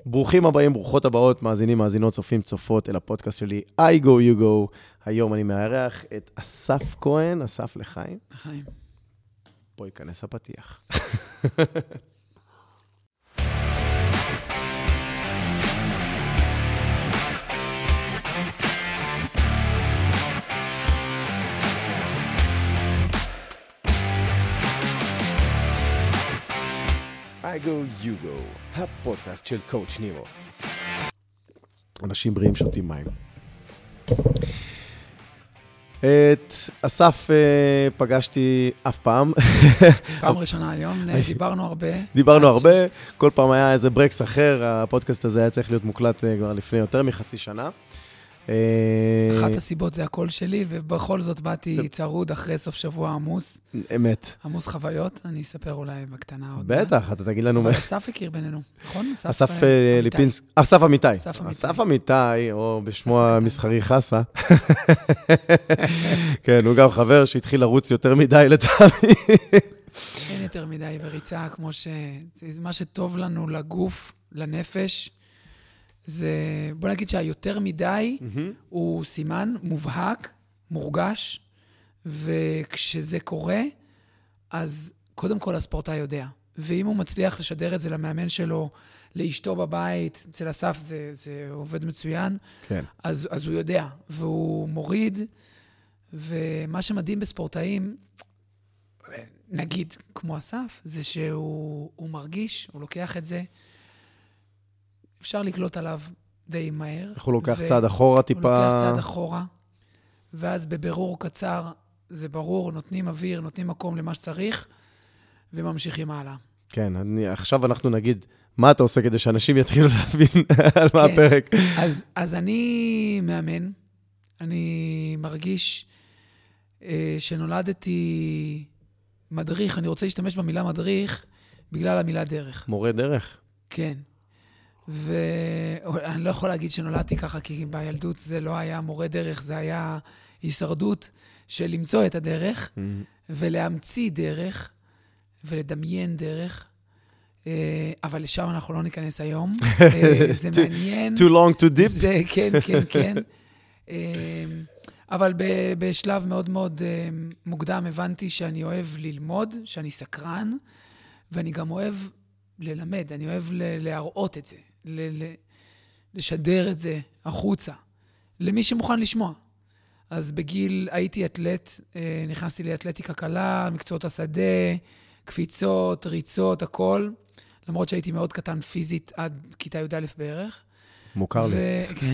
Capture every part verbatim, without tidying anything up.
ברוכים הבאים, ברוכות הבאות, מאזינים, מאזינות, צופים, צופות אל הפודקאסט שלי, I go, you go. היום אני מארח את אסף כהן, אסף לחיים. לחיים. פה ייכנס הפתיח. I go, you go, הפודקאסט של קואוצ' נימו. אנשים בריאים שותים מים. את אסף פגשתי אף פעם. פעם ראשונה היום, דיברנו הרבה. דיברנו הרבה, כל פעם היה איזה ברקס אחר, הפודקאסט הזה היה צריך להיות מוקלט כבר לפני יותר מחצי שנה. אחת הסיבות זה הקול שלי, ובכל זאת באתי צרוד אחרי סוף שבוע עמוס. אמת. עמוס חוויות, אני אספר אולי בקטנה עוד. בטח, אתה תגיד לנו. אבל אסף הכיר בינינו, נכון? אסף ליפינסק, אסף אמיתי. אסף אמיתי. אסף אמיתי, או בשמו המסחרי חסה. כן, הוא גם חבר שהתחיל לרוץ יותר מדי לטעמי. אין יותר מדי בריצה, כמו ש... זה מה שטוב לנו לגוף, לנפש. זה, בוא נגיד שהיותר מדי mm-hmm. הוא סימן מובהק, מורגש, וכשזה קורה, אז קודם כל הספורטאי יודע. ואם הוא מצליח לשדר את זה למאמן שלו, לאשתו בבית, אצל אסף זה, זה עובד מצוין, כן. אז, אז הוא יודע, והוא מוריד, ומה שמדהים בספורטאים, נגיד כמו אסף, זה שהוא מרגיש, הוא לוקח את זה, אפשר לקלוט עליו די מהר. איך הוא לוקח ו... צעד אחורה טיפה? הוא לוקח צעד אחורה, ואז בבירור קצר, זה ברור, נותנים אוויר, נותנים מקום למה שצריך, וממשיכים הלאה. כן, אני, עכשיו אנחנו נגיד, מה אתה עושה כדי שאנשים יתחילו להבין על מה כן. הפרק? אז, אז אני מאמן, אני מרגיש אה, שנולדתי מדריך, אני רוצה להשתמש במילה מדריך, בגלל המילה דרך. מורה דרך? כן. ואני לא יכול להגיד שנולדתי ככה, כי בילדות זה לא היה מורה דרך, זה היה הישרדות של למצוא את הדרך, mm-hmm. ולהמציא דרך, ולדמיין דרך, אבל לשם אנחנו לא ניכנס היום. זה מעניין. Too long to deep? זה, כן, כן, כן. אבל בשלב מאוד מאוד מוקדם הבנתי שאני אוהב ללמוד, שאני סקרן, ואני גם אוהב ללמד, אני אוהב להראות את זה. לשדר את זה החוצה, למי שמוכן לשמוע. אז בגיל הייתי אתלט, נכנסתי לאתלטיקה קלה, מקצועות השדה, קפיצות, ריצות, הכל, למרות שהייתי מאוד קטן פיזית עד כיתה י' א' בערך. מוכר לי.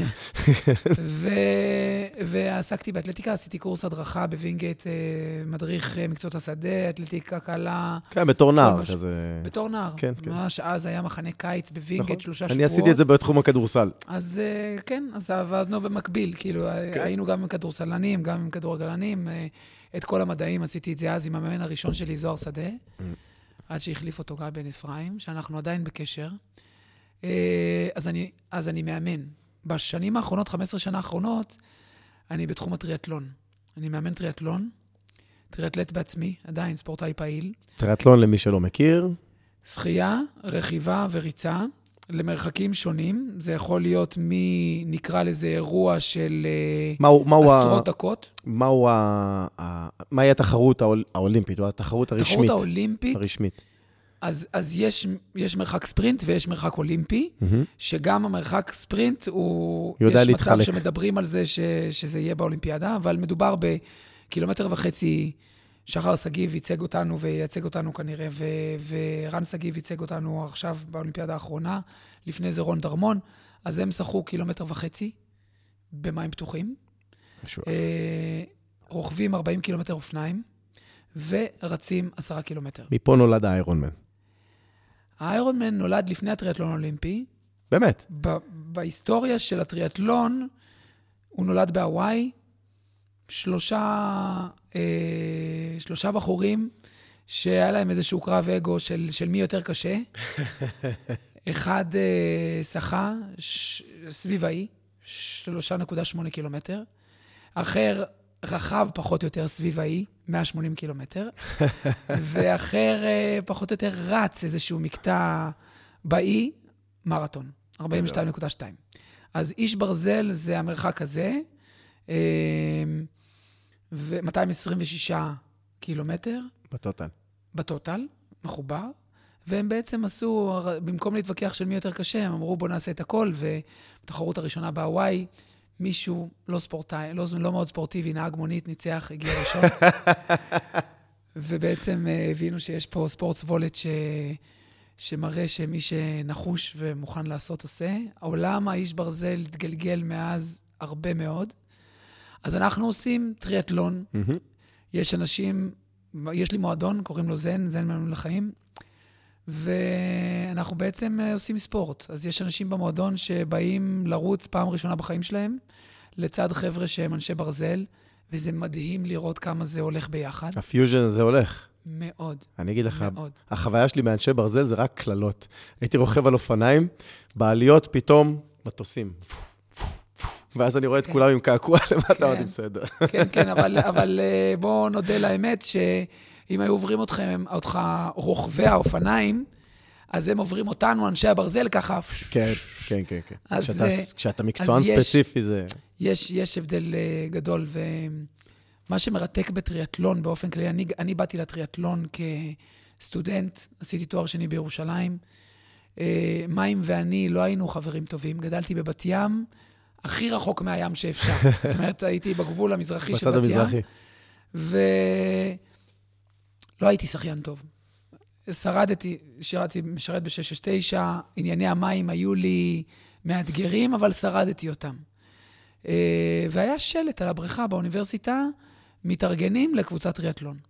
ועסקתי באתלטיקה, עשיתי קורס הדרכה בווינגייט, מדריך מקצועות השדה, אתלטיקה קלה. כן, בתור נער. כזה... בתור נער. כן, כן. ממש אז היה מחנה קיץ בווינגייט, שלושה שבועות. אני עשיתי את זה בתחום הכדורסל. אז כן, אז עבדנו במקביל, כאילו היינו גם עם כדורסלנים, גם עם כדורגלנים, את כל המדעים עשיתי את זה אז עם המאמן הראשון שלי, זוהר שדה, עד שהחליף אותו גיא בן אפרים, שאנחנו עדיין בקשר. אז אני, אז אני מאמן. בשנים האחרונות, חמש עשרה שנה האחרונות, אני בתחום הטריאטלון. אני מאמן טריאטלון, טריאטלט בעצמי, עדיין ספורטאי פעיל. טריאטלון למי שלא מכיר? שחייה, רכיבה וריצה, למרחקים שונים. זה יכול להיות מי, נקרא לזה אירוע של מהו, מהו עשרות דקות. מהו ה... מהי התחרות האולימפית, או התחרות הרשמית? התחרות האולימפית. הרשמית. אז, אז יש, יש מרחק ספרינט ויש מרחק אולימפי, mm-hmm. שגם המרחק ספרינט הוא... יודע יש להתחלק. מצב שמדברים על זה ש, שזה יהיה באולימפיאדה, אבל מדובר בקילומטר וחצי, שחר סגיב ייצג אותנו וייצג אותנו כנראה, ו, ורן סגיב ייצג אותנו עכשיו באולימפיאדה האחרונה, לפני זה רון דרמון, אז הם שחו קילומטר וחצי במים פתוחים, אה, רוכבים ארבעים קילומטר אופניים, ורצים עשרה קילומטר. מפה נולד האיירונמן. האיירונמן נולד לפני הטריאטלון האולימפי. באמת? ב- בהיסטוריה של הטריאטלון, הוא נולד בהוואי, שלושה, אה, שלושה בחורים, שהיה להם איזשהו קרב אגו של, של מי יותר קשה. אחד אה, שחה, ש- סביבאי, שלוש נקודה שמונה קילומטר. אחר רחב פחות או יותר סביבאי, מאה ושמונים קילומטר. ואחר פחות או יותר רץ איזשהו מקטע באי, מרתון. ארבעים ושתיים נקודה שתיים. אז איש ברזל זה המרחק הזה, ו-מאתיים עשרים ושישה קילומטר. בטוטל. בטוטל, מחובר. והם בעצם עשו, במקום להתווכח של מי יותר קשה, הם אמרו בוא נעשה את הכל, ובתחרות הראשונה בהוואי, מישהו לא ספורטאי, לא, לא מאוד ספורטיבי, נהג מונית, ניצח, הגיע ראשון. ובעצם הבינו שיש פה ספורט וולט ש... שמראה שמי שנחוש ומוכן לעשות עושה. העולם האיש ברזל התגלגל מאז הרבה מאוד. אז אנחנו עושים טריאטלון. Mm-hmm. יש אנשים, יש לי מועדון, קוראים לו זן, זן מנהלים לחיים, ואנחנו בעצם עושים ספורט. אז יש אנשים במועדון שבאים לרוץ פעם ראשונה בחיים שלהם, לצד חבר'ה שהם אנשי ברזל, וזה מדהים לראות כמה זה הולך ביחד. הפיוז'ן הזה הולך. מאוד. אני אגיד לך, מאוד. החוויה שלי מאנשי ברזל זה רק כללות. הייתי רוכב על אופניים, בעליות פתאום מטוסים. ואז אני רואה את כולם עם קעקוע למטה, עוד בסדר. כן, כן, אבל בואו נודה לאמת שאם היו עוברים אתכם, אותך רוכבי האופניים, אז הם עוברים אותנו, אנשי הברזל, ככה. כן, כן, כן, כן. כשאתה מקצוען ספציפי זה... יש הבדל גדול, ומה שמרתק בטריאטלון באופן כללי, אני, אני באתי לטריאטלון כסטודנט, עשיתי תואר שני בירושלים, מים ואני לא היינו חברים טובים, גדלתי בבת ים, הכי רחוק מהים שאפשר. זאת אומרת, הייתי בגבול המזרחי של בת ים. בצד המזרחי. ולא הייתי שחיין טוב. שרדתי, שירתי, משרת ב-שש שש תשע, ענייני המים היו לי מאתגרים, אבל שרדתי אותם. והיה שלט על הבריכה באוניברסיטה, מתארגנים לקבוצת טריאטלון.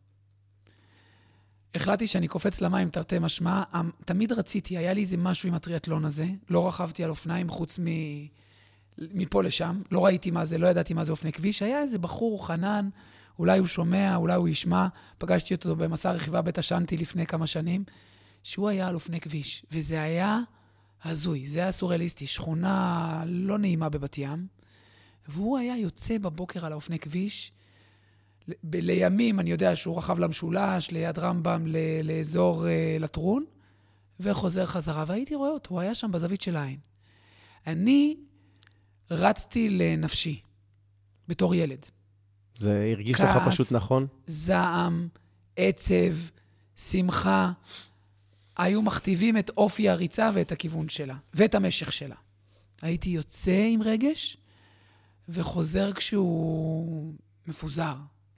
החלטתי שאני קופץ למים תרתי משמע, תמיד רציתי, היה לי איזה משהו עם הטריאטלון הזה, לא רכבתי על אופניים חוץ מ... מפה לשם, לא ראיתי מה זה, לא ידעתי מה זה אופני כביש, היה איזה בחור חנן, אולי הוא שומע, אולי הוא ישמע, פגשתי אותו במסע רכיבה בית השנתי לפני כמה שנים, שהוא היה על אופני כביש, וזה היה הזוי, זה היה סוריאליסטי, שכונה לא נעימה בבת ים, והוא היה יוצא בבוקר על האופני כביש, ב- לימים אני יודע שהוא רכב למשולש, ליד רמב"ם, ל- לאזור uh, לטרון, וחוזר חזרה, והייתי רואה אותו, הוא היה שם בזווית של העין. אני רצתי לנפשי, בתור ילד. זה הרגיש לך פשוט נכון? זעם, עצב, שמחה, היו מכתיבים את אופי הריצה ואת הכיוון שלה, ואת המשך שלה. הייתי יוצא עם רגש, וחוזר כשהוא מפוזר.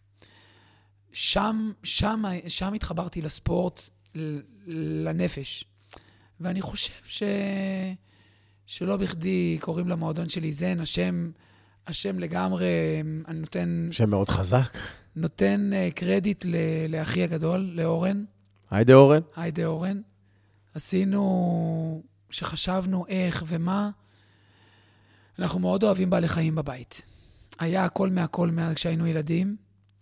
שם, שם, שם התחברתי לספורט, לנפש. ואני חושב ש... שלא בכדי קוראים למועדון שלי זן, השם, השם לגמרי, אני נותן... שם מאוד חזק. נותן קרדיט לאחי הגדול, לאורן. היידה אורן. היידה אורן. עשינו, שחשבנו איך ומה, אנחנו מאוד אוהבים בעלי חיים בבית. היה הכל מהכל כשהיינו ילדים,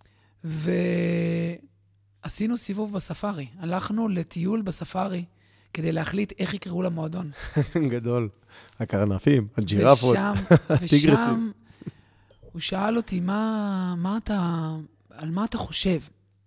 ועשינו סיבוב בספארי. הלכנו לטיול בספארי, כדי להחליט איך יקראו למועדון. גדול. הקרנפים, הג'ירפות, הטיגרסים. ושם הוא שאל אותי, מה, מה אתה, על מה אתה חושב?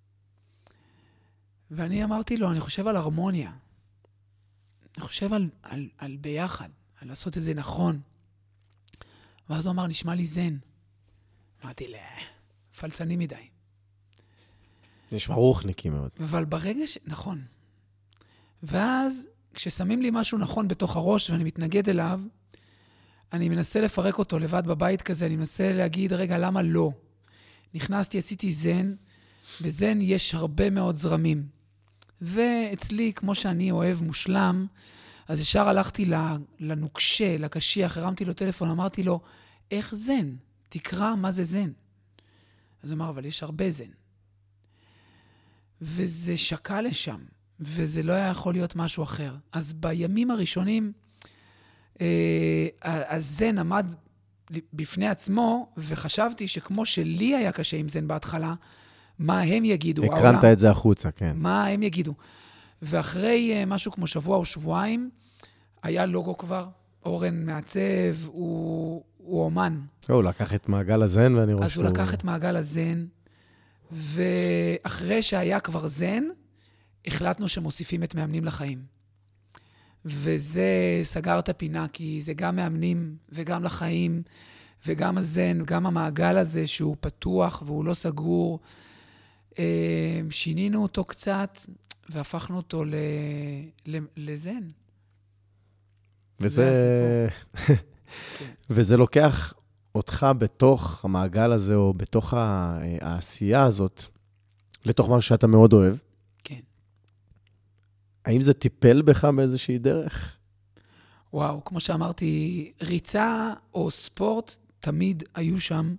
ואני אמרתי לו, אני חושב על הרמוניה. אני חושב על, על, על ביחד, על לעשות את זה נכון. ואז הוא אמר, נשמע לי זן. אמרתי, לא, פלצני מדי. נשמע רוחניקי מאוד. אבל ברגע ש... נכון. ואז, כששמים לי משהו נכון בתוך הראש ואני מתנגד אליו, אני מנסה לפרק אותו לבד בבית כזה, אני מנסה להגיד, רגע, למה לא? נכנסתי, עשיתי זן, בזן יש הרבה מאוד זרמים. ואצלי, כמו שאני אוהב מושלם, אז ישר הלכתי לנוקשה, לקשיח, הרמתי לו טלפון, אמרתי לו, איך זן? תקרא מה זה זן. אז הוא אמר, אבל יש הרבה זן. וזה שקע לשם, וזה לא היה יכול להיות משהו אחר. אז בימים הראשונים, אה, הזן עמד בפני עצמו, וחשבתי שכמו שלי היה קשה עם זן בהתחלה, מה הם יגידו? הקרנת העולם, את זה החוצה, כן. מה הם יגידו? ואחרי אה, משהו כמו שבוע או שבועיים, היה לוגו כבר, אורן מעצב, הוא, הוא אומן. הוא לקח את מעגל הזן, ואני רואה אז הוא לקח את מעגל הזן, ואחרי שהיה כבר זן, החלטנו שמוסיפים את מאמנים לחיים. וזה סגר את הפינה, כי זה גם מאמנים וגם לחיים, וגם הזן, וגם המעגל הזה שהוא פתוח והוא לא סגור. שינינו אותו קצת, והפכנו אותו ל... לזן. וזה... וזה לוקח אותך בתוך המעגל הזה, או בתוך העשייה הזאת, לתוך משהו שאתה מאוד אוהב. כן. האם זה טיפל בך באיזושהי דרך? וואו, כמו שאמרתי, ריצה או ספורט תמיד היו שם.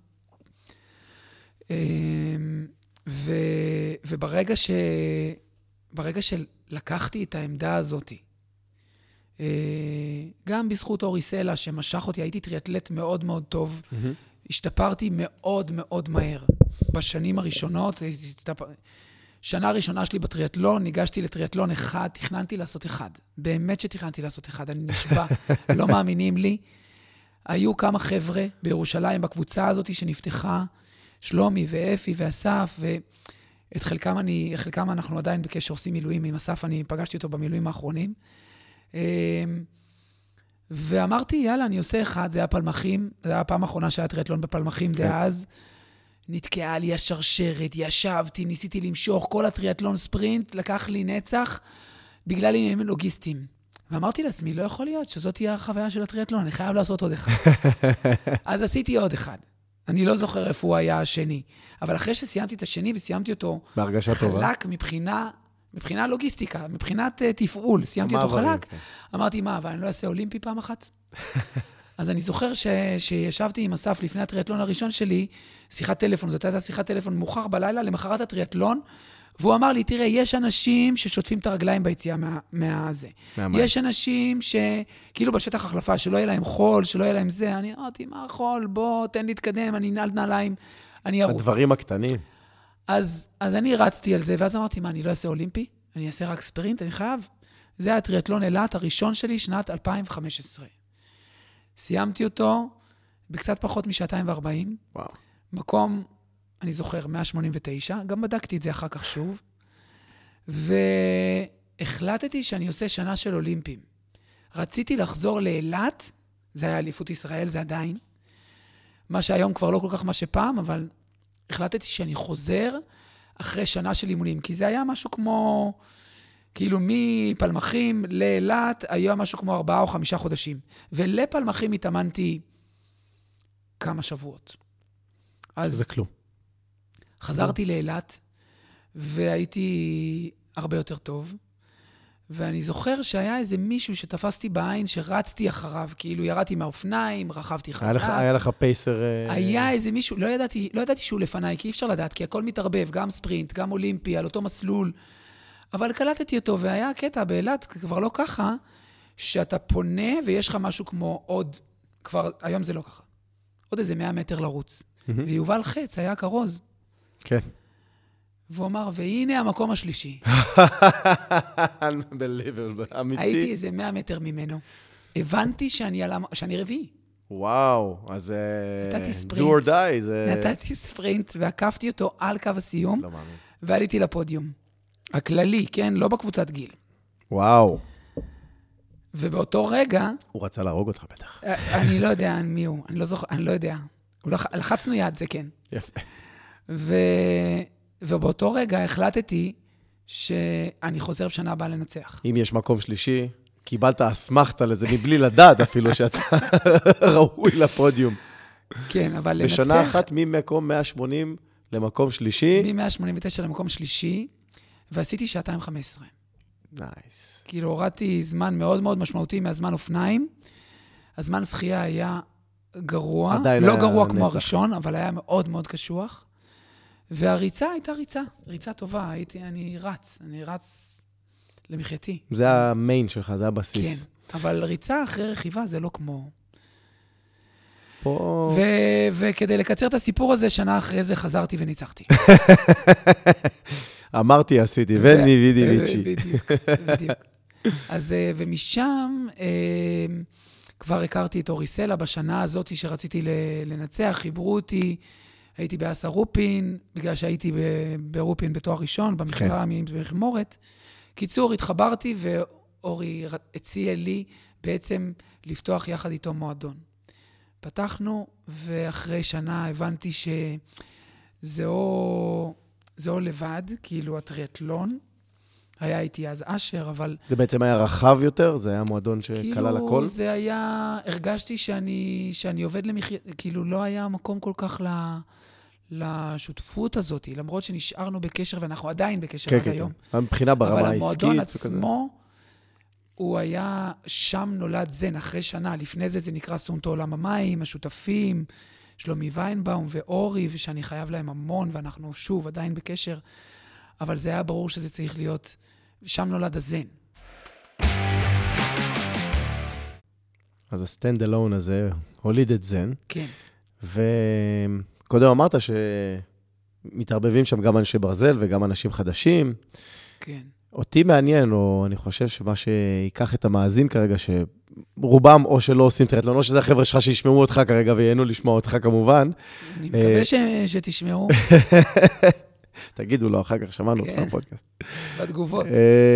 ו... וברגע ש... ברגע שלקחתי את העמדה הזאת, גם בזכות אורי סלע שמשך אותי, הייתי טריאטלט מאוד מאוד טוב, mm-hmm. השתפרתי מאוד מאוד מהר. בשנים הראשונות, שנה הראשונה שלי בטריאטלון, ניגשתי לטריאטלון אחד, תכננתי לעשות אחד. באמת שתכננתי לעשות אחד, אני נשבע, לא מאמינים לי. היו כמה חבר'ה בירושלים בקבוצה הזאת שנפתחה, שלומי ואפי ואסף, ואת חלקם, אני, חלקם אנחנו עדיין בקשר עושים מילואים עם אסף, אני פגשתי אותו במילואים האחרונים. ואמרתי, יאללה, אני עושה אחד, זה היה פלמחים, זה היה הפעם האחרונה שהיה טריאטלון בפלמחים דאז, נתקעה לי השרשרת, ישבתי, ניסיתי למשוך, כל הטריאטלון ספרינט, לקח לי נצח, בגלל עניינים לוגיסטיים. ואמרתי לעצמי, לא יכול להיות שזאת תהיה החוויה של הטריאטלון, אני חייב לעשות עוד אחד. אז עשיתי עוד אחד. אני לא זוכר איפה הוא היה השני. אבל אחרי שסיימתי את השני וסיימתי אותו בהרגשה טובה. חלק מבחינה, מבחינה לוגיסטיקה, מבחינת uh, תפעול, סיימתי אותו חלק. כן. אמרתי, מה, אבל אני לא אעשה אולימפי פעם אחת? אז אני זוכר ש... שישבתי עם אסף לפני הטריאטלון הראשון שלי, שיחת טלפון, זאת הייתה שיחת טלפון מאוחר בלילה, למחרת הטריאטלון, והוא אמר לי, תראה, יש אנשים ששוטפים את הרגליים ביציאה מה, מהזה. מהמים. יש אנשים שכאילו בשטח החלפה, שלא יהיה להם חול, שלא יהיה להם זה. אני אמרתי, מה חול? בוא, תן להתקדם, אני נעל נעליים, אני ארוץ. הדברים הקטנים. אז, אז אני רצתי על זה, ואז אמרתי, מה, אני לא אעשה אולימפי? אני אעשה רק ספרינט, אני חייב. זה היה הטריאטלון אילת הראשון שלי, שנת אלפיים וחמש עשרה. סיימתי אותו בקצת פחות משעתיים וארבעים. וואו. מקום... אני זוכר, מאה שמונים ותשע, גם בדקתי את זה אחר כך שוב, והחלטתי שאני עושה שנה של אולימפים. רציתי לחזור לאילת, זה היה אליפות ישראל, זה עדיין, מה שהיום כבר לא כל כך מה שפעם, אבל החלטתי שאני חוזר אחרי שנה של אימונים, כי זה היה משהו כמו, כאילו מפלמחים לאילת, היה משהו כמו ארבעה או חמישה חודשים, ולפלמחים התאמנתי כמה שבועות. אז זה כלום. חזרתי לאילת, והייתי הרבה יותר טוב, ואני זוכר שהיה איזה מישהו שתפסתי בעין, שרצתי אחריו, כאילו ירדתי מהאופניים, רכבתי חזק. היה לך, היה לך פייסר... היה איזה מישהו, לא ידעתי, לא ידעתי שהוא לפניי, כי אי אפשר לדעת, כי הכל מתערבב, גם ספרינט, גם אולימפי, על אותו מסלול, אבל קלטתי אותו, והיה קטע באילת, כבר לא ככה, שאתה פונה ויש לך משהו כמו עוד, כבר, היום זה לא ככה, עוד איזה מאה מטר לרוץ. ויובל חץ, היה כרוז. כן. והוא אמר, והנה המקום השלישי. Unbelievable, אמיתי. הייתי איזה מאה מטר ממנו. הבנתי שאני, על... שאני רביעי. וואו, אז נתתי ספרינט. do or die. זה... נתתי ספרינט, ועקפתי אותו על קו הסיום, לא מאמין. ועליתי לפודיום. הכללי, כן? לא בקבוצת גיל. וואו. ובאותו רגע... הוא רצה להרוג אותך בטח. אני לא יודע מי הוא, אני לא זוכר, אני לא יודע. לחצנו יד, זה כן. יפה. ו... ובאותו רגע החלטתי שאני חוזר בשנה הבאה לנצח. אם יש מקום שלישי, קיבלת אסמכת לזה מבלי לדעת אפילו שאתה ראוי לפודיום. כן, אבל לנצח... בשנה אחת ממקום מאה שמונים למקום שלישי. מ-מאה שמונים ותשע למקום שלישי, ועשיתי שעתיים חמש עשרה. נייס. כאילו הורדתי זמן מאוד מאוד משמעותי מהזמן אופניים. הזמן שחייה היה גרוע. לא גרוע כמו הראשון, אבל היה מאוד מאוד קשוח. והריצה הייתה ריצה. ריצה טובה. הייתי, אני רץ. אני רץ למחייתי. זה המיין שלך, זה הבסיס. כן. אבל ריצה אחרי רכיבה זה לא כמו... פה... ו- וכדי לקצר את הסיפור הזה, שנה אחרי זה חזרתי וניצחתי. אמרתי, עשיתי, וני וידי ויצ'י. בדיוק, בדיוק. אז, ומשם כבר הכרתי את אורי סלע בשנה הזאת שרציתי לנצח, חיברו אותי, הייתי באסה רופין, בגלל שהייתי ברופין בתואר ראשון, במכללה ממכמורת. קיצור, התחברתי, אורי הציע לי בעצם לפתוח יחד איתו מועדון. פתחנו, ואחרי שנה הבנתי שזה או, זה או לבד, כאילו הטריאטלון, היה איתי אז אשר, אבל... זה בעצם היה רחב יותר? זה היה מועדון שכלל הכל? כאילו זה היה, הרגשתי שאני, שאני עובד למחיה, כאילו לא היה מקום כל כך ל... לשותפות הזאת, למרות שנשארנו בקשר, ואנחנו עדיין בקשר כן, עד כן, היום. כן. מבחינה ברמה העסקית. אבל המועדון עצמו, הוא היה, שם נולד זן, אחרי שנה. לפני זה זה נקרא סונטו עולם המים, השותפים, שלומי ויינבאום ואורי, ושאני חייב להם המון, ואנחנו שוב עדיין בקשר, אבל זה היה ברור שזה צריך להיות, שם נולד הזן. אז הסטנד אלון הזה הוליד את זן. כן. וקודם אמרת שמתערבבים שם גם אנשי ברזל וגם אנשים חדשים. כן. אותי מעניין, או אני חושב שמה שיקח את המאזין כרגע, שרובם או שלא עושים טריאטלון, או שזה החבר'ה שלך שישמעו אותך כרגע וייהנו לשמוע אותך כמובן. אני מקווה ש... שתשמעו. תגידו לו, אחר כך שמענו אותך בפודקאסט. בתגובות.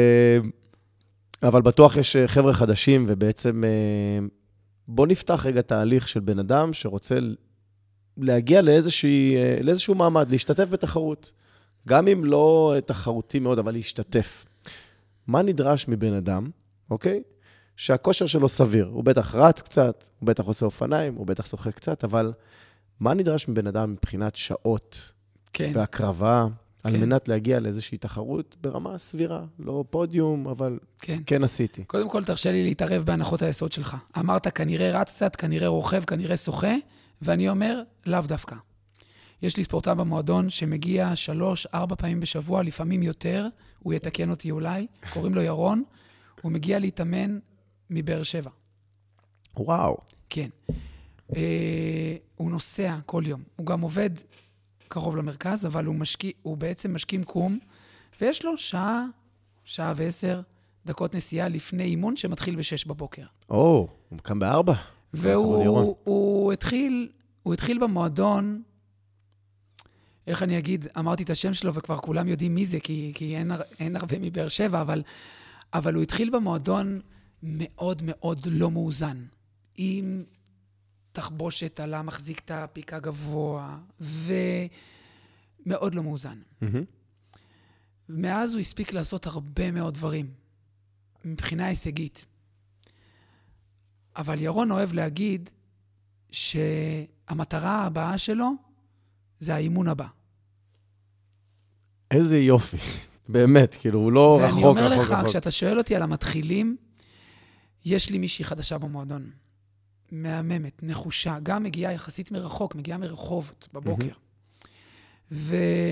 אבל בטוח יש חבר'ה חדשים, ובעצם בוא נפתח רגע תהליך של בן אדם שרוצה להגיע לאיזשהו מעמד, להשתתף בתחרות. גם אם לא תחרותי מאוד, אבל להשתתף. מה נדרש מבן אדם, אוקיי? שהכושר שלו סביר. הוא בטח רץ קצת, הוא בטח עושה אופניים, הוא בטח שוחק קצת, אבל מה נדרש מבן אדם מבחינת שעות כן. והקרבה, כן. על מנת להגיע לאיזושהי תחרות ברמה סבירה? לא פודיום, אבל כן, כן עשיתי. קודם כל, תרשה לי להתערב בהנחות היסוד שלך. אמרת, כנראה רץ קצת, כנראה רוכב, כנראה שוחה, ואני אומר, לאו דווקא. יש לי ספורטאי במועדון שמגיע שלוש, ארבע פעמים בשבוע, לפעמים יותר, הוא יתקן אותי אולי, קוראים לו ירון, הוא מגיע להתאמן מבאר שבע. וואו. כן. אה, הוא נוסע כל יום. הוא גם עובד קרוב למרכז, אבל הוא, משקיע, הוא בעצם משכים קום, ויש לו שעה, שעה ועשר דקות נסיעה לפני אימון שמתחיל בשש בבוקר. או, הוא קם בארבע. והוא הוא, הוא התחיל, הוא התחיל במועדון, איך אני אגיד, אמרתי את השם שלו, וכבר כולם יודעים מי זה, כי, כי אין, אין הרבה מבאר שבע, אבל, אבל הוא התחיל במועדון מאוד מאוד לא מאוזן. עם תחבושת עלה, מחזיק את הפיקה גבוה, ומאוד לא מאוזן. Mm-hmm. מאז הוא הספיק לעשות הרבה מאוד דברים, מבחינה הישגית. אבל ירון אוהב להגיד שהמטרה הבאה שלו זה האימון הבא. איזה יופי, באמת, כאילו, הוא לא רחוק, רחוק, רחוק. ואני אומר לך, כשאתה שואל אותי על המתחילים, יש לי מישהי חדשה במועדון. מהממת, נחושה, גם מגיעה יחסית מרחוק, מגיעה מרחובות בבוקר. ו...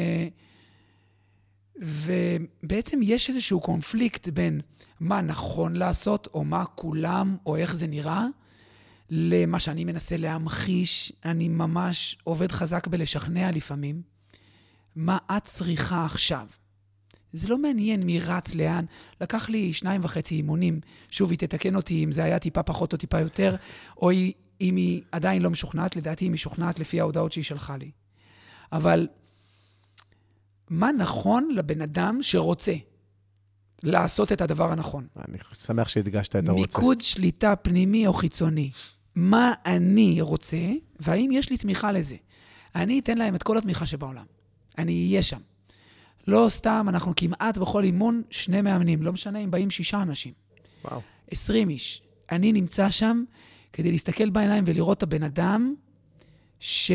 ובעצם יש איזשהו קונפליקט בין מה נכון לעשות, או מה כולם, או איך זה נראה, למה שאני מנסה להמחיש. אני ממש עובד חזק בלשכנע לפעמים, מה את צריכה עכשיו. זה לא מעניין מי רץ לאן. לקח לי שניים וחצי אימונים. שוב, היא תתקן אותי אם זה היה טיפה פחות או טיפה יותר, או היא, אם היא עדיין לא משוכנעת, לדעתי היא משוכנעת לפי ההודעות שהיא שלחה לי. אבל מה נכון לבן אדם שרוצה לעשות את הדבר הנכון? אני שמח שהדגשת את הרוצה. מיקוד שליטה פנימי או חיצוני. מה אני רוצה, והאם יש לי תמיכה לזה? אני אתן להם את כל התמיכה שבעולם. אני אהיה שם. לא סתם, אנחנו כמעט בכל אימון שני מאמנים, לא משנה אם באים שישה אנשים. וואו. עשרים איש. אני נמצא שם כדי להסתכל בעיניים ולראות את הבן אדם ש...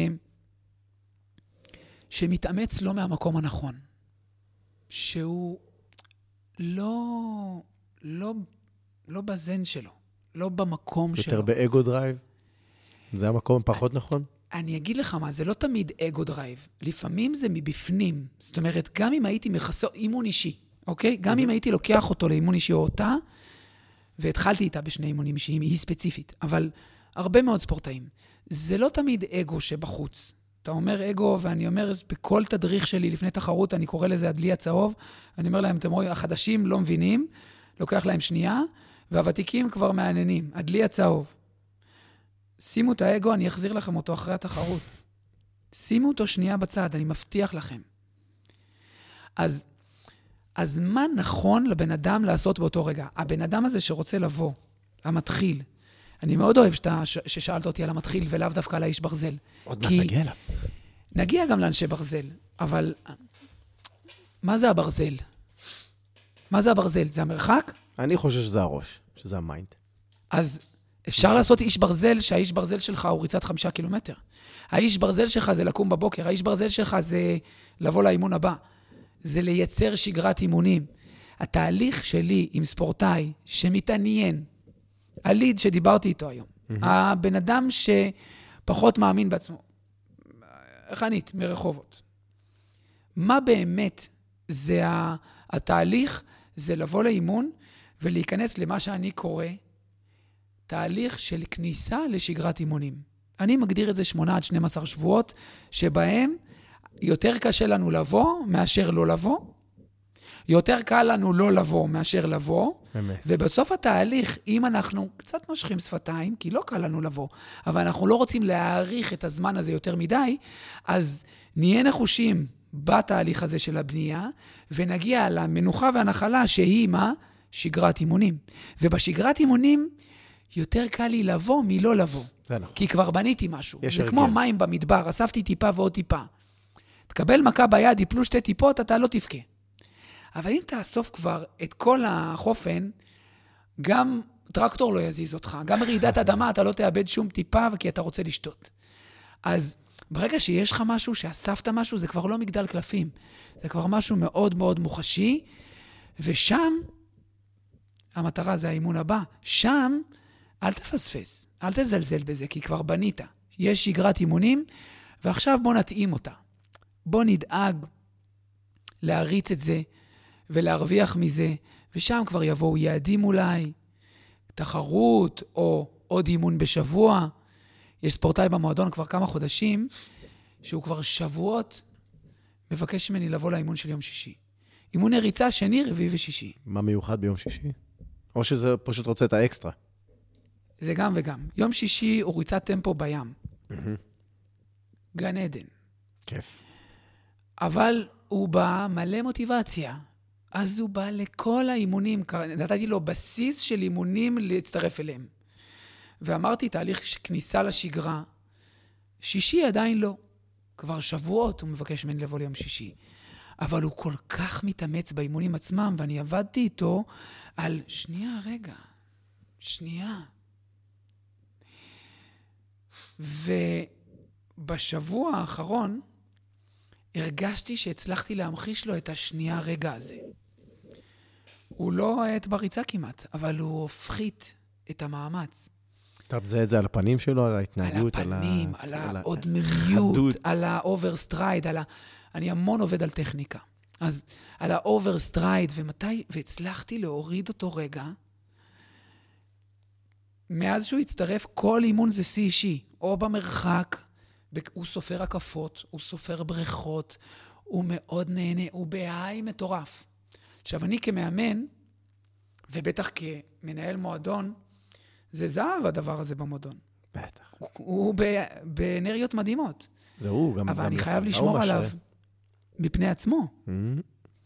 שמתאמץ לא מהמקום הנכון. שהוא לא, לא, לא בזן שלו, לא במקום יותר שלו. יותר באגו דרייב? זה המקום פחות נכון? אני אגיד לך מה, זה לא תמיד אגו דרייב. לפעמים זה מבפנים. זאת אומרת, גם אם הייתי מחסו, אימון אישי, אוקיי? גם אם הייתי לוקח אותו לאימון אישי או אותה, והתחלתי איתה בשני אימונים אישיים, היא ספציפית, אבל הרבה מאוד ספורטאים. זה לא תמיד אגו שבחוץ. אתה אומר אגו, ואני אומר, בכל תדריך שלי לפני תחרות, אני קורא לזה הדלי הצהוב, אני אומר להם, אתם רואים, החדשים לא מבינים, לוקח להם שנייה, והוותיקים כבר מעניינים, הדלי הצהוב. שימו את האגו, אני אחזיר לכם אותו אחרי התחרות. שימו אותו שנייה בצד, אני מבטיח לכם. אז אז מה נכון לבן אדם לעשות באותו רגע? הבן אדם הזה שרוצה לבוא, המתחיל, אני מאוד אוהב שאתה, ששאלת אותי על המתחיל ולאו דווקא על האיש ברזל. עוד מעט נגיע אליו. נגיע גם לאנשי ברזל, אבל מה זה הברזל? מה זה הברזל? זה המרחק? אני חושב שזה הראש, שזה המיינד. אז אפשר לעשות איש ברזל, שהאיש ברזל שלך הוא ריצת חמישה קילומטר. האיש ברזל שלך זה לקום בבוקר, האיש ברזל שלך זה לבוא לאימון הבא. זה לייצר שגרת אימונים. התהליך שלי עם ספורטאי שמתעניין, הליד שדיברתי איתו היום, הבן אדם שפחות מאמין בעצמו, חנית מרחובות. מה באמת זה התהליך? זה לבוא לאימון ולהיכנס למה שאני קורא תהליך של כניסה לשגרת אימונים. אני מגדיר את זה שמונה עד שנים עשר שבועות, שבהם יותר קשה לנו לבוא מאשר לא לבוא, יותר קל לנו לא לבוא מאשר לבוא, באמת. ובסוף התהליך, אם אנחנו קצת נושכים שפתיים, כי לא קל לנו לבוא, אבל אנחנו לא רוצים להאריך את הזמן הזה יותר מדי, אז נהיה נחושים בתהליך הזה של הבנייה, ונגיע למנוחה והנחלה שהיא מה? שגרת אימונים. ובשגרת אימונים יותר קל לי לבוא מלא לבוא. זה נכון. כי כבר בניתי משהו. זה הרגל. כמו מים במדבר, אספתי טיפה ועוד טיפה. תקבל מכה ביד, יפלו שתי טיפות, אתה לא תבכה. אבל אם תאסוף כבר את כל החופן, גם טרקטור לא יזיז אותך, גם רעידת אדמה, אתה לא תאבד שום טיפה, כי אתה רוצה לשתות. אז ברגע שיש לך משהו, שאספת משהו, זה כבר לא מגדל קלפים. זה כבר משהו מאוד מאוד מוחשי, ושם, המטרה זה האימון הבא, שם, אל תפספס, אל תזלזל בזה, כי כבר בנית. יש שגרת אימונים, ועכשיו בוא נתאים אותה. בוא נדאג להריץ את זה, ולהרוויח מזה, ושם כבר יבואו יעדים אולי, תחרות, או עוד אימון בשבוע. יש ספורטאי במועדון כבר כמה חודשים, שהוא כבר שבועות מבקש ממני לבוא לאימון של יום שישי. אימון הריצה שני, רביעי ושישי. מה מיוחד ביום שישי? או שזה פשוט רוצה את האקסטרה? זה גם וגם. יום שישי הוא ריצת טמפו בים. גן עדן. כיף. אבל הוא בא מלא מוטיבציה. אז הוא בא לכל האימונים, נתתי לו בסיס של אימונים להצטרף אליהם. ואמרתי, תהליך כניסה לשגרה, שישי עדיין לא. כבר שבועות הוא מבקש ממני לבוא ליום שישי. אבל הוא כל כך מתאמץ באימונים עצמם, ואני עבדתי איתו על שנייה, רגע, שנייה. ובשבוע האחרון, הרגשתי שהצלחתי להמחיש לו את השנייה רגע הזה. הוא לא את בריצה כמעט, אבל הוא הופחית את המאמץ. אתה מזהה את זה על הפנים שלו, על ההתנהגות, על הפנים, על העודממיות, על האוברסטרייד, על ה... אני המון עובד על טכניקה. אז על האוברסטרייד, ומתי, והצלחתי להוריד אותו רגע, מאז שהוא הצטרף, כל אימון זה שיא אישי, או במרחק, הוא סופר הקפות, הוא סופר בריכות, הוא מאוד נהנה, הוא בהיי מטורף. עכשיו, אני כמאמן, ובטח כמנהל מועדון, זה זהב הדבר הזה במועדון. בטח. הוא, הוא באנרגיות מדהימות. זה הוא, גם... אבל גם אני חייב לשמור עליו מפני עצמו. Mm-hmm.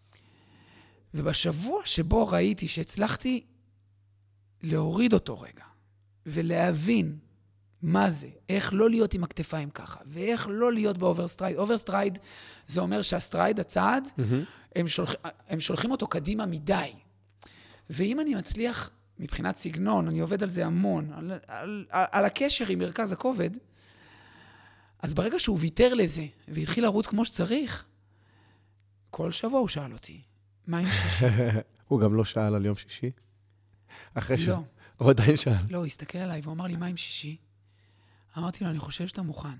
ובשבוע שבו ראיתי שהצלחתי להוריד אותו רגע, ולהבין מה זה, איך לא להיות עם הכתפיים ככה, ואיך לא להיות באוברסטרייד. אוברסטרייד זה אומר שהסטרייד, הצעד, mm-hmm. הם, שולח, הם שולחים אותו קדימה מדי. ואם אני מצליח, מבחינת סגנון, אני עובד על זה המון, על, על, על, על הקשר עם מרכז הכובד, אז ברגע שהוא ויתר לזה, והתחיל לרוץ כמו שצריך, כל שבוע הוא שאל אותי, מה עם שישי? הוא גם לא שאל על יום שישי? אחרי ש... לא. הוא עדיין שאל. לא, הוא הסתכל עליי והוא אמר לי, מה עם שישי? אמרתי לו, אני חושב שאתה מוכן.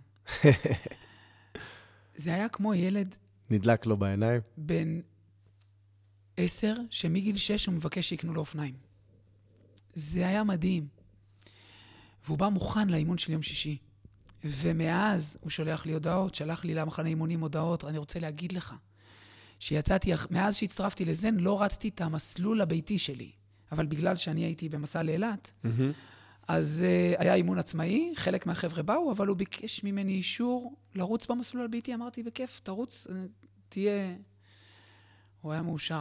זה היה כמו ילד... נדלק לו בעיניים. בן עשר, שמגיל שש הוא מבקש שיקנו לו אופניים. זה היה מדהים. והוא בא מוכן לאימון של יום שישי. ומאז הוא שולח לי הודעות, שלח לי למחנה אימונים הודעות, אני רוצה להגיד לך, שיצאתי, מאז שהצטרפתי לזן, לא רצתי את המסלול הביתי שלי. אבל בגלל שאני הייתי במסע לאילת, mm-hmm. אז uh, היה אימון עצמאי, חלק מהחבר'ה באו, אבל הוא ביקש ממני אישור לרוץ במסלול הביתי, אמרתי, בכיף, תרוץ, תהיה... הוא היה מאושר.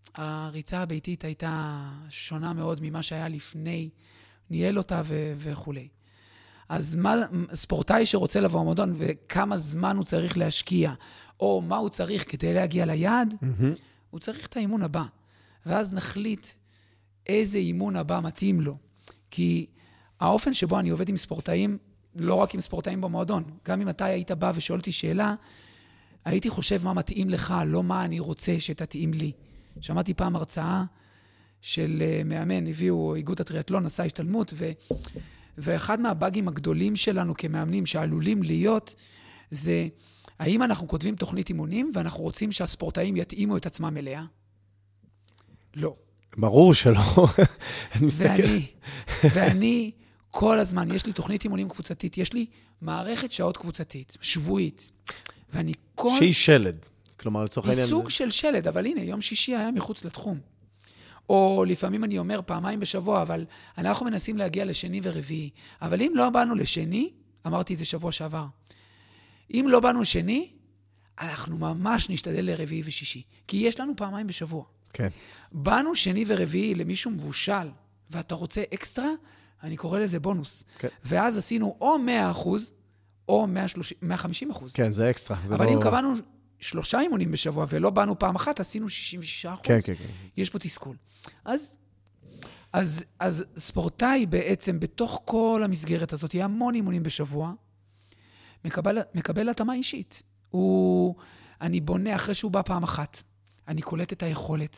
הריצה הביתית הייתה שונה מאוד ממה שהיה לפני, ניהל אותה ו- וכו'. אז מה, ספורטאי שרוצה לבוא למועדון וכמה זמן הוא צריך להשקיע, או מה הוא צריך כדי להגיע ליעד, mm-hmm. הוא צריך את האימון הבא. ואז נחליט איזה אימון הבא מתאים לו. כי האופן שבו אני עובד עם ספורטאים, לא רק עם ספורטאים במועדון, גם אם אתה היית בא ושואל אותי שאלה, הייתי חושב מה מתאים לך, לא מה אני רוצה שתתאים לי. שמעתי פעם הרצאה של מאמן, הביאו איגוד הטריאטלון, עשה השתלמות, ו... ואחד מהבאגים הגדולים שלנו כמאמנים שעלולים להיות, זה האם אנחנו כותבים תוכנית אימונים, ואנחנו רוצים שהספורטאים יתאימו את עצמם אליה? לא. ברור שלא. אני מסתכל. ואני, ואני כל הזמן, יש לי תוכנית אימונים קבוצתית, יש לי מערכת שעות קבוצתית, שבועית, ואני כל... שהיא שלד. כלומר, לצורך העניין... היא סוג של שלד, אבל הנה, יום שישי היה מחוץ לתחום. או לפעמים אני אומר פעמיים בשבוע, אבל אנחנו מנסים להגיע לשני ורביעי. אבל אם לא באנו לשני, אמרתי את זה שבוע שעבר, אם לא באנו שני, אנחנו ממש נשתדל לרביעי ושישי. כי יש לנו פעמיים בשבוע. כן. באנו שני ורביעי למישהו מבושל, ואתה רוצה אקסטרה, אני קורא לזה בונוס. כן. ואז עשינו או מאה אחוז, או מאה וחמישים אחוז. כן, זה אקסטרה. זה אבל לא... אם קבענו שלושה אימונים בשבוע, ולא באנו פעם אחת, עשינו שישים ושישה אחוז. כן, כן, כן. יש פה תסכול. אז, אז, אז ספורטאי בעצם, בתוך כל המסגרת הזאת, יהיה המון אימונים בשבוע, מקבל, מקבל התאמה אישית. הוא, אני בונה אחרי שהוא בא פעם אחת. אני קולט את היכולת.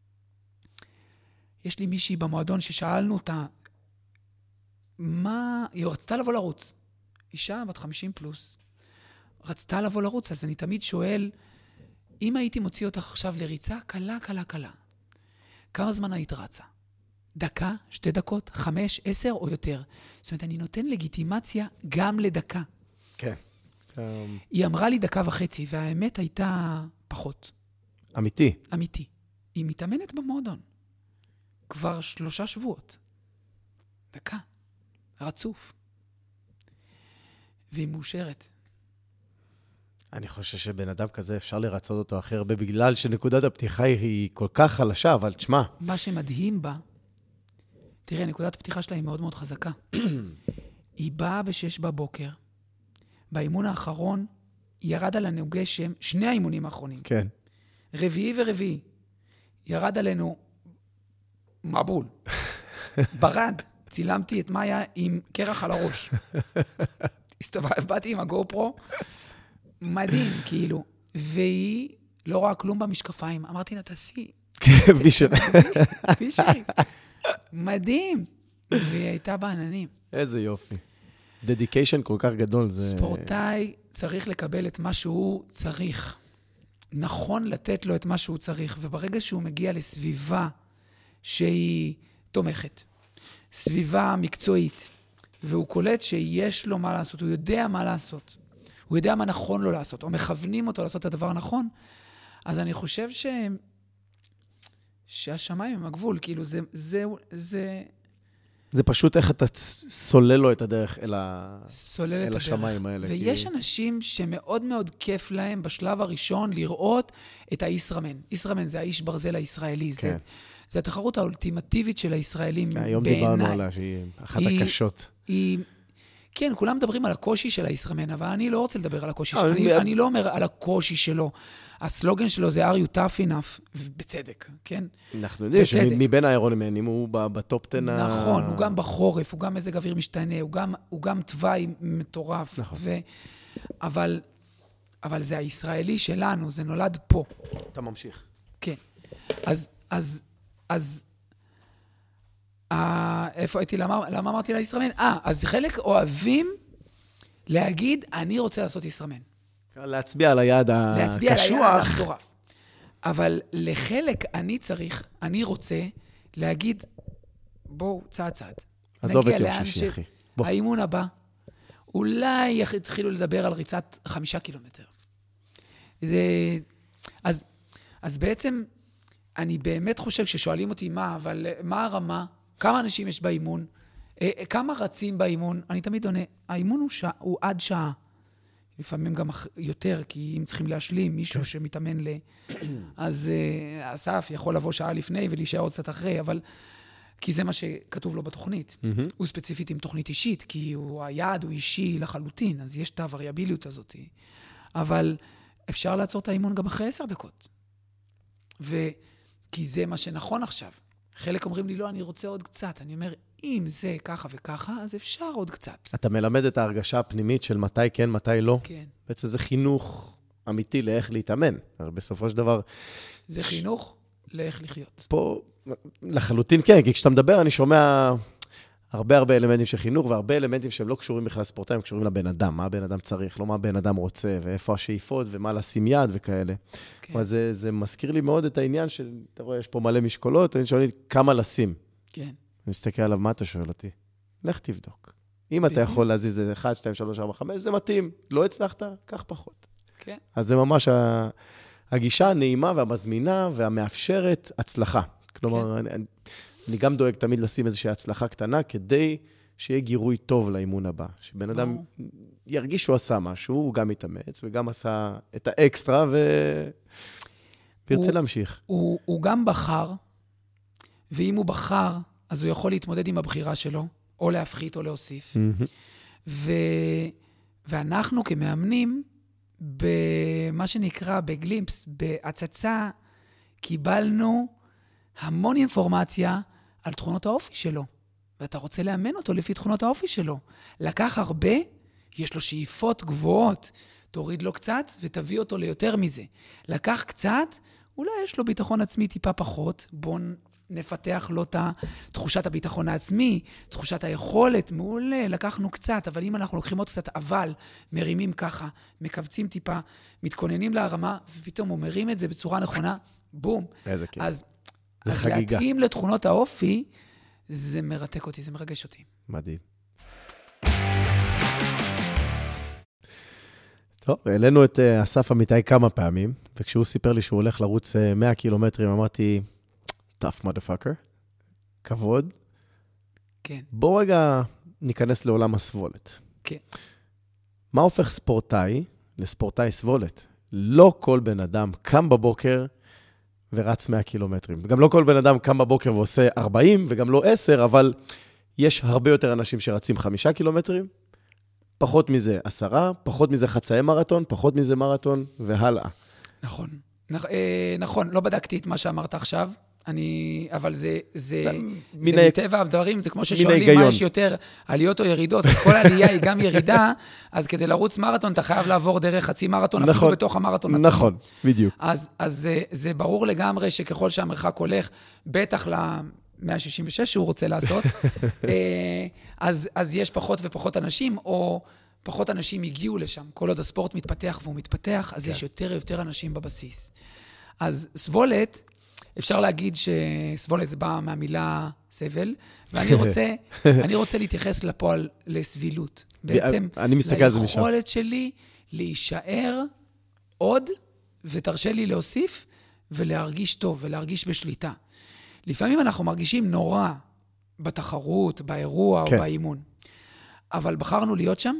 יש לי מישהי במועדון ששאלנו אותה, מה, היא רצתה לבוא לרוץ. אישה בת חמישים פלוס. רצתה לבוא לרוץ, אז אני תמיד שואל, אם הייתי מוציא אותך עכשיו לריצה, קלה, קלה, קלה. כמה זמן היית רצה? דקה, שתי דקות, חמש, עשר או יותר. זאת אומרת, אני נותן לגיטימציה גם לדקה. כן. היא אמרה לי דקה וחצי, והאמת הייתה פחות. אמיתי. אמיתי. היא מתאמנת במועדון. כבר שלושה שבועות. דקה. רצוף. והיא מאושרת. אני חושב שבן אדם כזה אפשר לרצות אותו הכי הרבה, בגלל שנקודת הפתיחה היא כל כך חלשה, אבל תשמע. מה שמדהים בה, תראה, נקודת הפתיחה שלה היא מאוד מאוד חזקה. היא באה בשש בבוקר, באימון האחרון, היא ירד על לנו גשם, שני האימונים האחרונים. כן. רביעי ורביעי. ירד עלינו מבול. ברד. צילמתי את מאיה עם קרח על הראש. באתי עם הגו-פרו, מדהים, כאילו. והיא לא רואה כלום במשקפיים. אמרתי לה, תעשי. בישר. בישר. מדהים. והיא הייתה בעננים. איזה יופי. דדיקיישן כל כך גדול. ספורטאי צריך לקבל את מה שהוא צריך. נכון לתת לו את מה שהוא צריך. וברגע שהוא מגיע לסביבה שהיא תומכת, סביבה מקצועית, והוא קולט שיש לו מה לעשות, הוא יודע מה לעשות, הוא יודע מה נכון לו לעשות, או מכוונים אותו לעשות את הדבר הנכון, אז אני חושב ש... שהשמיים הם הגבול, כאילו זה... זה, זה... זה פשוט איך אתה סולל לו את הדרך אל, ה... סולל אל את השמיים הדרך. האלה. ויש כי... אנשים שמאוד מאוד כיף להם בשלב הראשון לראות את הישרמן. ישרמן זה האיש ברזל הישראלי, כן. זה... זה התחרות האולטימטיבית של הישראלים בעיניי. היום דיברנו עליה שהיא אחת היא, הקשות. היא, כן, כולם מדברים על הקושי של הישראמן, אבל אני לא רוצה לדבר על הקושי שלו. אני, אני לא אומר על הקושי שלו. הסלוגן שלו זה are you tough enough, בצדק, כן? אנחנו יודעים שמבין האירונמנים הוא בטופ עשר. נכון, הוא גם בחורף, הוא גם מזג אוויר משתנה, הוא גם, הוא גם תוואי מטורף. נכון. ו, אבל, אבל זה הישראלי שלנו, זה נולד פה. אתה ממשיך. כן. אז, אז, אז, אה, איפה הייתי, למה, למה אמרתי לישרמן? אה, אז חלק אוהבים להגיד, אני רוצה לעשות ישרמן. להצביע על היד הקשוח. להצביע על היד המטורף. אבל לחלק אני צריך, אני רוצה להגיד, בואו, צעד צעד. עזוב את יום שישי, אחי. האימון הבא, אולי יתחילו לדבר על ריצת חמישה קילומטר. זה, אז, אז בעצם, אני באמת חושב ששואלים אותי מה, אבל מה הרמה? כמה אנשים יש באימון? כמה רצים באימון? אני תמיד עונה, האימון הוא, שע, הוא עד שעה. לפעמים גם יותר, כי אם צריכים להשלים מישהו שמתאמן ל... אז uh, אסף יכול לבוא שעה לפני ולהישאר עוד קצת אחרי, אבל... כי זה מה שכתוב לו בתוכנית. Mm-hmm. הוא ספציפית עם תוכנית אישית, כי הוא, היעד הוא אישי לחלוטין, אז יש את הווריאביליות הזאת. אבל אפשר לעצור את האימון גם אחרי עשר דקות. וכי זה מה שנכון עכשיו. חלק אומרים לי, לא, אני רוצה עוד קצת. אני אומר, אם זה ככה וככה, אז אפשר עוד קצת. אתה מלמד את ההרגשה הפנימית של מתי כן, מתי לא. כן. בעצם זה חינוך אמיתי לאיך להתאמן. הרי בסופו של דבר... זה חינוך לאיך לחיות. פה, לחלוטין כן, כי כשאתה מדבר, אני שומע הרבה הרבה אלמנטים של חינוך, והרבה אלמנטים שהם לא קשורים בכלל לספורטאים, הם קשורים לבן אדם, מה הבן אדם צריך, לא מה הבן אדם רוצה, ואיפה השאיפות, ומה לשים יד וכאלה. כן. אבל זה, זה מזכיר לי מאוד את העניין של, אתה רואה, יש פה מלא משקולות, אני שואל לי, כמה לשים? כן. אני מסתכל עליו, מה אתה שואל אותי? לך תבדוק. אם אתה יכול להזיז את אחת, שתיים, שלוש, ארבע, חמש, זה מתאים. לא הצלחת, קח פחות. כן. אז זה ממש הגישה הנעימה והמזמינה והמאפשרת הצלחה. כלומר, כן. אני, אני גם דואג תמיד לשים איזושהי הצלחה קטנה, כדי שיהיה גירוי טוב לאימון הבא. שבן אדם ירגיש שהוא עשה משהו, הוא גם מתאמץ, וגם עשה את האקסטרה, וירצה להמשיך. הוא, הוא גם בחר, ואם הוא בחר, אז הוא יכול להתמודד עם הבחירה שלו, או להפחית או להוסיף. Mm-hmm. ו... ואנחנו כמאמנים, במה שנקרא בגלימפס, בהצצה, קיבלנו המון אינפורמציה על תכונות האופי שלו. ואתה רוצה לאמן אותו לפי תכונות האופי שלו. לקח הרבה, יש לו שאיפות גבוהות, תוריד לו קצת ותביא אותו ליותר מזה. לקח קצת, אולי יש לו ביטחון עצמי טיפה פחות, בוא נפתח לו את תחושת הביטחון העצמי, תחושת היכולת, מעולה, לקחנו קצת, אבל אם אנחנו לוקחים עוד קצת, אבל מרימים ככה, מקבצים טיפה, מתכוננים להרמה, ופתאום הוא מרים את זה בצורה נכונה, בום. איזה כיף. אז, אז חגיגה. להתאים לתכונות האופי, זה מרתק אותי, זה מרגש אותי. מדהים. טוב, העלינו את uh, אסף אמיתי כמה פעמים, וכשהוא סיפר לי שהוא הולך לרוץ uh, מאה קילומטרים, אמרתי, tough motherfucker, כבוד. כן. בוא רגע ניכנס לעולם הסבולת. כן. מה הופך ספורטאי לספורטאי סבולת? לא כל בן אדם קם בבוקר ורץ מאה קילומטרים. גם לא כל בן אדם קם בבוקר ועושה ארבעים, וגם לא עשר, אבל יש הרבה יותר אנשים שרצים חמישה קילומטרים, פחות מזה עשרה, פחות מזה חצאי מרתון, פחות מזה מרתון, והלאה. נכון. נכ, אה, נכון, לא בדקתי את מה שאמרת עכשיו, אני, אבל זה, זה, זה ה... מטבע הדברים, זה כמו ששואלים מה יש יותר, עליות או ירידות, אז כל עלייה היא גם ירידה, אז כדי לרוץ מרתון, אתה חייב לעבור דרך חצי מרתון, נכון, אפילו בתוך המרתון עצמו. נכון, בדיוק. אז, אז זה, זה ברור לגמרי שככל שהמרחק הולך, בטח ל-מאה שישים ושש שהוא רוצה לעשות, אז, אז יש פחות ופחות אנשים, או פחות אנשים הגיעו לשם. כל עוד הספורט מתפתח והוא מתפתח, אז כן. יש יותר ויותר אנשים בבסיס. אז סבולת, אפשר להגיד שסבולת זה בא מהמילה סבל, ואני רוצה, אני רוצה להתייחס לפועל לסבילות. בעצם, אני מסתכל על זה משם. ליכולת שלי להישאר עוד, ותרשה לי להוסיף, ולהרגיש טוב, ולהרגיש בשליטה. לפעמים אנחנו מרגישים נורא בתחרות, באירוע כן. או באימון. אבל בחרנו להיות שם,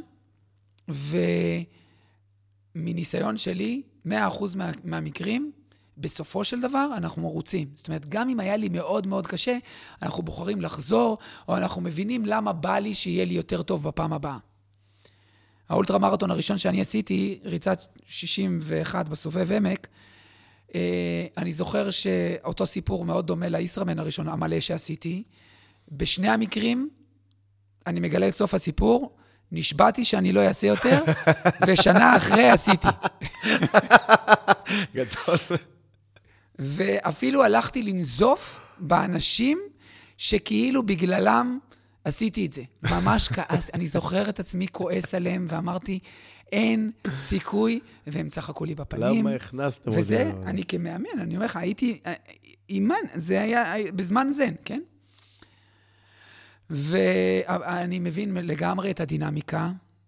ומניסיון שלי, מאה אחוז מה, מהמקרים, בסופו של דבר אנחנו מרוצים. זאת אומרת, גם אם היה לי מאוד מאוד קשה, אנחנו בוחרים לחזור, או אנחנו מבינים למה בא לי שיהיה לי יותר טוב בפעם הבאה. האולטרה מרתון הראשון שאני עשיתי, ריצת שישים ואחת בסובב עמק, אני זוכר שאותו סיפור מאוד דומה לישראמן הראשון, המלא שעשיתי. בשני המקרים, אני מגלה את סוף הסיפור, נשבעתי שאני לא אעשה יותר, ושנה אחרי עשיתי. גדול. ואפילו הלכתי לנזוף באנשים שכאילו בגללם עשיתי את זה. ממש כעס, אני זוכר את עצמי כועס עליהם, ואמרתי, אין סיכוי, והם צחקו לי בפנים. למה הכנסת? וזה, אני כמאמן, אני אומר לך, הייתי אימן, זה היה בזמן זן, כן? ואני מבין לגמרי את הדינמיקה,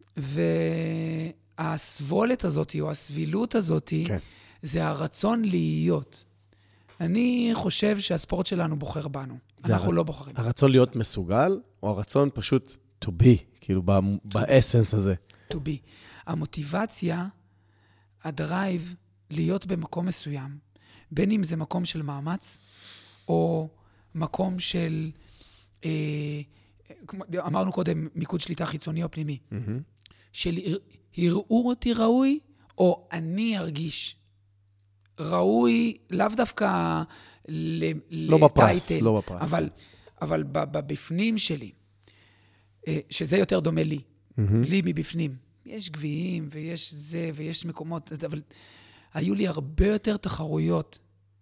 והסבולת הזאת, או הסבילות הזאת, כן. זה הרצון להיות. אני חושב שהספורט שלנו בוחר בנו. אנחנו הר... לא בוחרים. הרצון להיות מסוגל, או הרצון פשוט to be, כאילו באסנס הזה? to be. המוטיבציה, הדרייב, להיות במקום מסוים, בין אם זה מקום של מאמץ, או מקום של, אה, אמרנו קודם, מיקוד שליטה חיצוני או פנימי, mm-hmm. של הראו אותי ראוי, או אני ארגיש ראוי, לאו דווקא לא בפרס, לא בפרס. אבל, אבל בפנים שלי, שזה יותר דומה לי, mm-hmm. לי מבפנים. יש גביעים ויש זה ויש מקומות, אבל היו לי הרבה יותר תחרויות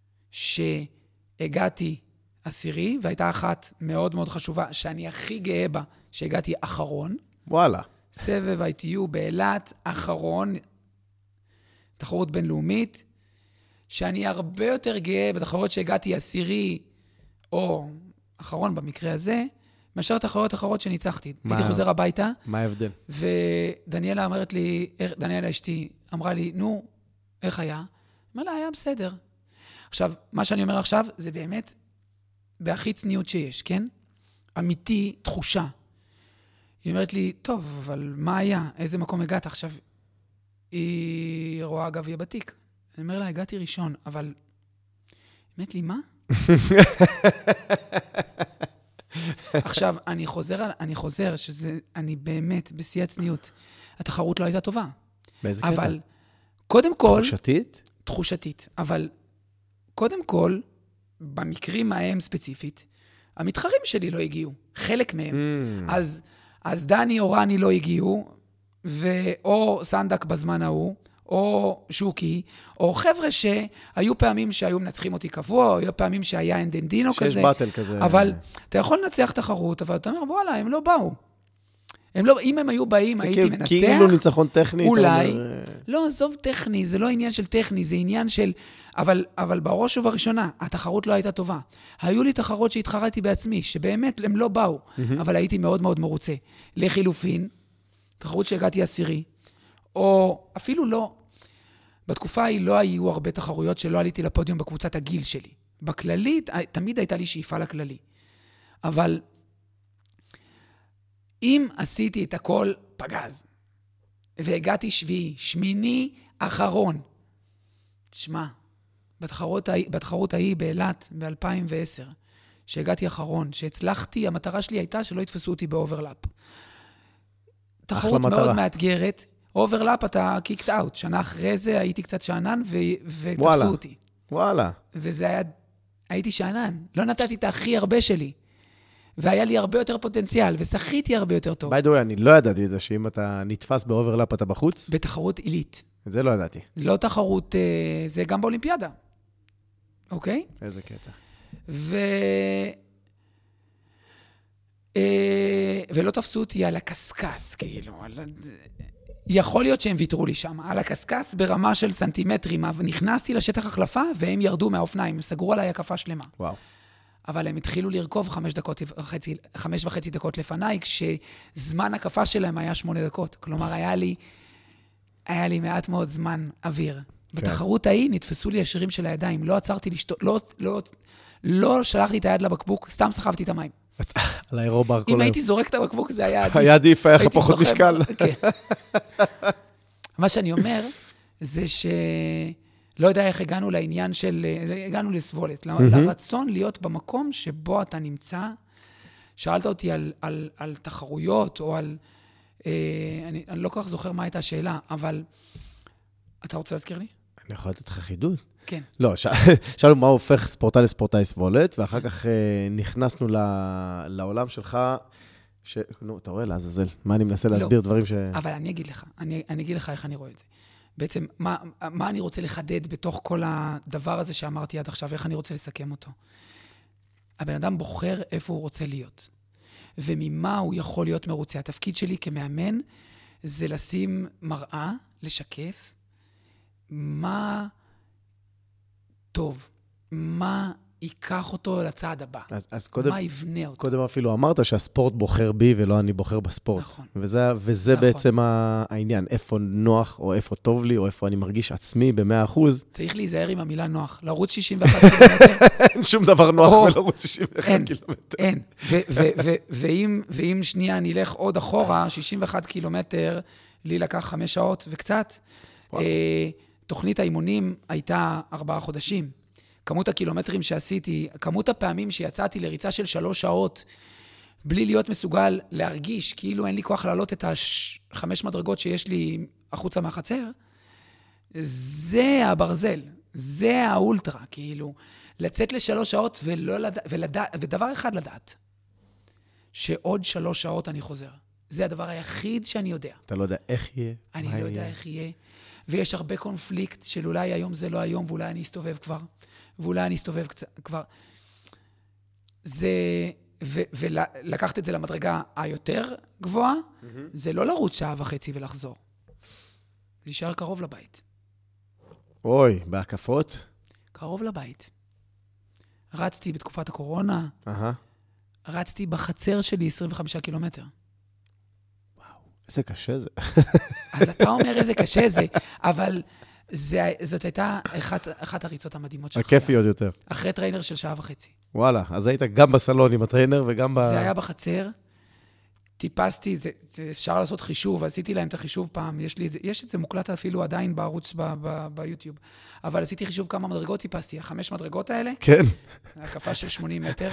שהגעתי עשירי, והייתה אחת מאוד מאוד חשובה, שאני הכי גאה בה, שהגעתי אחרון. וואלה. סבב ה-איי טי יו באילת, אחרון, תחרות בינלאומית, שאני הרבה יותר גאה בתחרות שהגעתי עשירי, או אחרון במקרה הזה, מאשר תחרויות אחרות שניצחתי. הייתי חוזר הביתה. מה ההבדל? ודניאלה אמרת לי, דניאלה אשתי, אמרה לי, נו, איך היה? אמרה לה, היה בסדר. עכשיו, מה שאני אומר עכשיו, זה באמת בהכי צניעות שיש, כן? אמיתי, תחושה. היא אומרת לי, טוב, אבל מה היה? איזה מקום הגעת? עכשיו, היא רואה גביע בתיק. אני אומר לה, הגעתי ראשון, אבל... אמרת לי, מה? עכשיו, אני חוזר, אני חוזר, שזה, אני באמת, בשיא הצניעות. התחרות לא הייתה טובה. באיזה קטע? אבל, קודם כל... תחושתית? תחושתית. אבל, קודם כל, במקרים ההם ספציפית, המתחרים שלי לא הגיעו. חלק מהם. Mm. אז, אז דני או רני לא הגיעו, או סנדק בזמן ההוא, או שוקי, או חבר'ה שהיו פעמים שהיו מנצחים אותי קבוע, או היו פעמים שהיה אנדנדינו כזה. שיש באטל כזה. אבל אתה יכול לנצח תחרות, אבל אתה אומר, וואלה, הם לא באו. הם לא, אם הם היו באים, הייתי מנצח. כאילו ניצחון טכני. אולי. לא, עזוב טכני, זה לא עניין של טכני, זה עניין של... אבל, אבל בראש ובראשונה, התחרות לא הייתה טובה. היו לי תחרות שהתחרתי בעצמי, שבאמת הם לא באו, אבל הייתי מאוד מאוד מרוצה. לחילופין, תחרות שהגעתי עשירי, או אפילו לא, בתקופה ההיא לא היו הרבה תחרויות שלא עליתי לפודיום בקבוצת הגיל שלי. בכללית, תמיד הייתה לי שאיפה לכללי. אבל אם עשיתי את הכל פגז, והגעתי שביעי, שמיני אחרון, תשמע, בתחרות ההיא, בתחרות ההיא באילת ב-אלפיים ועשר, שהגעתי אחרון, שהצלחתי, המטרה שלי הייתה שלא יתפסו אותי באוברלאפ. תחרות מאוד מאתגרת, אוברלאפ אתה קיקט אאוט, שנה אחרי זה הייתי קצת שענן ותפסו אותי. וואלה. וזה היה, הייתי שענן, לא נתתי את הכי הרבה שלי, והיה לי הרבה יותר פוטנציאל, ושחיתי הרבה יותר טוב. by the way, אני לא ידעתי את זה, שאם אתה נתפס באוברלאפ אתה בחוץ? בתחרות עילית. את זה לא ידעתי. לא תחרות, זה גם באולימפיאדה. אוקיי? איזה קטע. ו... ולא תפסו אותי על הקסקס, כאילו. יכול להיות שהם ויתרו לי שם, על הקסקס ברמה של סנטימטרים, אבל נכנסתי לשטח החלפה, והם ירדו מהאופניים, סגרו עליי הקפה שלמה. וואו. אבל הם התחילו לרכוב חמש דקות, חצי, חמש וחצי דקות לפניי, כשזמן הקפה שלהם היה שמונה דקות. כלומר, היה לי, היה לי מעט מאוד זמן אוויר. כן. בתחרות ההיא נתפסו לי השירים של הידיים, לא עצרתי לשתות, לא, לא, לא שלחתי את היד לבקבוק, סתם סחבתי את המים. על האירובר כל אם הייתי זורק את הבקבוק, זה היה עדיף. היה עדיף, היה לך פחות משקל. מה שאני אומר, זה ש... לא יודע איך הגענו לעניין של... הגענו לסבולת, לרצון להיות במקום שבו אתה נמצא. שאלת אותי על, על, על תחרויות, או על... אני, אני לא כל כך זוכר מה הייתה השאלה, אבל... אתה רוצה להזכיר לי? אני יכול לתת לך חידוד? כן. לא, שאלנו מה הופך ספורטאי לספורטאי סבולת, ואחר כך נכנסנו לעולם שלך, נו, אתה רואה, לעזאזל, מה אני מנסה להסביר דברים ש... אבל אני אגיד לך, אני אגיד לך איך אני רואה את זה. בעצם, מה, מה אני רוצה לחדד בתוך כל הדבר הזה שאמרתי עד עכשיו, איך אני רוצה לסכם אותו. הבן אדם בוחר איפה הוא רוצה להיות, וממה הוא יכול להיות מרוצה. התפקיד שלי כמאמן זה לשים מראה, לשקף, מה טוב, מה ייקח אותו לצעד הבא? אז, אז קודם, מה יבנה אותו? קודם אפילו אמרת שהספורט בוחר בי ולא אני בוחר בספורט. נכון. וזה, וזה נכון. בעצם העניין, איפה נוח או איפה טוב לי, או איפה אני מרגיש עצמי ב-מאה אחוז. צריך להיזהר עם המילה נוח. לרוץ שישים ואחת קילומטר. אין שום דבר נוח או, ולרוץ שישים ואחת אין, קילומטר. אין. ו- ו- ו- ואם, ואם שנייה נלך עוד אחורה, שישים ואחת קילומטר, לי לקח חמש שעות וקצת, אה, תוכנית האימונים הייתה ארבעה חודשים. כמות הקילומטרים שעשיתי, כמות הפעמים שיצאתי לריצה של שלוש שעות, בלי להיות מסוגל להרגיש, כאילו אין לי כוח לעלות את החמש מדרגות שיש לי החוצה מהחצר, זה הברזל, זה האולטרה, כאילו, לצאת לשלוש שעות ולא לדע, ולדע, ודבר אחד לדעת, שעוד שלוש שעות אני חוזר. זה הדבר היחיד שאני יודע. אתה לא יודע איך יהיה. אני לא יודע איך יהיה. ויש הרבה קונפליקט של אולי היום זה לא היום, ואולי אני אסתובב כבר. ואולי אני אסתובב כבר. זה, ו, ולקחת את זה למדרגה היותר גבוהה, mm-hmm. זה לא לרוץ שעה וחצי ולחזור. זה יישאר קרוב לבית. אוי, בהקפות? קרוב לבית. רצתי בתקופת הקורונה, uh-huh. רצתי בחצר שלי עשרים וחמישה קילומטר. וואו, איזה קשה זה. אז אתה אומר איזה קשה זה, אבל זה, זאת הייתה אחת, אחת הריצות המדהימות שלך. הכיפיות יותר. אחרי טריינר של שעה וחצי. וואלה, אז היית גם בסלון עם הטריינר וגם ב... זה היה בחצר. טיפסתי, זה, זה אפשר לעשות חישוב, עשיתי להם את החישוב פעם, יש לי, יש את זה מוקלט אפילו עדיין בערוץ ב, ב, ביוטיוב, אבל עשיתי חישוב כמה מדרגות טיפסתי, החמש מדרגות האלה, כן. הקפה של שמונים מטר,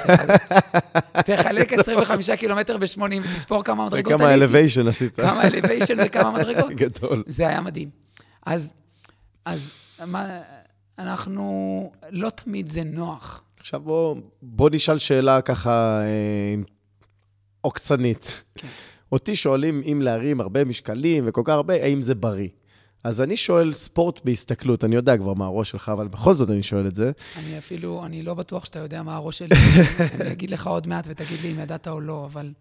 תחלק עשרים וחמישה קילומטר ב-שמונים, ותספור כמה מדרגות וכמה עליתי. אלוויישן עשית. כמה אלוויישן וכמה מדרגות. גדול. זה היה מדהים. אז, אז מה, אנחנו, לא תמיד זה נוח. עכשיו בוא, בוא נשאל שאלה ככה, אה, עוקצנית. כן. אותי שואלים אם להרים הרבה משקלים וכל כך הרבה, האם זה בריא? אז אני שואל ספורט בהסתכלות, אני יודע כבר מה הראש שלך, אבל בכל זאת אני שואל את זה. אני אפילו, אני לא בטוח שאתה יודע מה הראש שלי, אני אגיד לך עוד מעט ותגיד לי אם ידעת או לא, אבל...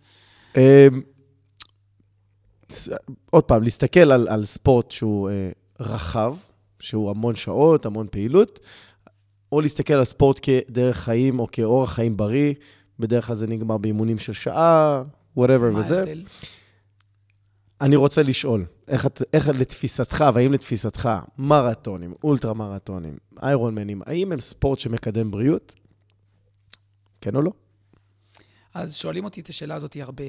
עוד פעם, להסתכל על, על ספורט שהוא אה, רחב, שהוא המון שעות, המון פעילות, או להסתכל על ספורט כדרך חיים או כאורח חיים בריא, בדרך כלל זה נגמר באימונים של שעה, whatever וזה. ההבדל? אני רוצה לשאול, איך, איך לתפיסתך, והאם לתפיסתך, מרתונים, אולטרה מרתונים, איירונמנים, האם הם ספורט שמקדם בריאות? כן או לא? אז שואלים אותי את השאלה הזאת הרבה,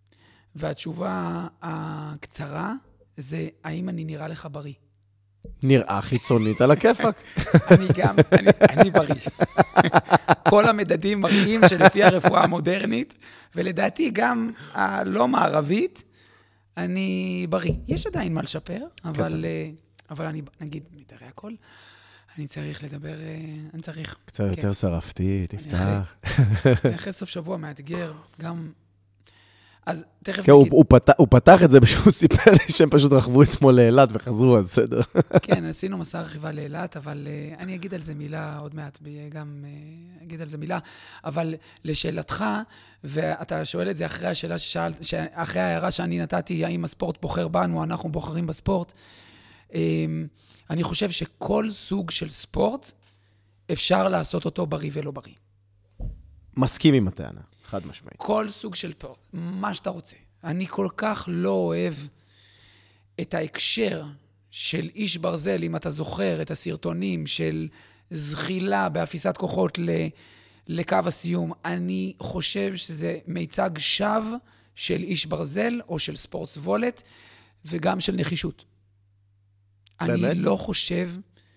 והתשובה הקצרה זה, האם אני נראה לך בריא? נראה חיצונית על הכיפק. אני גם, אני, אני בריא. כל המדדים מראים שלפי הרפואה המודרנית, ולדעתי גם הלא מערבית, אני בריא. יש עדיין מה לשפר, אבל, אבל אני, נגיד, מתארי הכל, אני צריך לדבר, אני צריך... קצת יותר כן. שרפתי, תפתח. אחרי סוף שבוע מאתגר, גם... אז תכף כן, נגיד... הוא, הוא, פתח, הוא פתח את זה שהוא סיפר לי שהם פשוט רכבו אתמול לאילת וחזרו, אז בסדר. כן, עשינו מסע רכיבה לאילת, אבל uh, אני אגיד על זה מילה עוד מעט, גם uh, אגיד על זה מילה, אבל לשאלתך, ואתה שואל את זה אחרי השאלה ששאל, אחרי ההערה שאני נתתי, האם הספורט בוחר בנו, אנחנו בוחרים בספורט, um, אני חושב שכל סוג של ספורט, אפשר לעשות אותו בריא ולא בריא. מסכים עם הטענה, חד משמעית. כל סוג של ספורט, מה שאתה רוצה. אני כל כך לא אוהב את ההקשר של איש ברזל, אם אתה זוכר את הסרטונים של זחילה באפיסת כוחות לקו הסיום. אני חושב שזה מיצג שווא של איש ברזל או של ספורט סבולת, וגם של נחישות. באמת? אני לא חושב,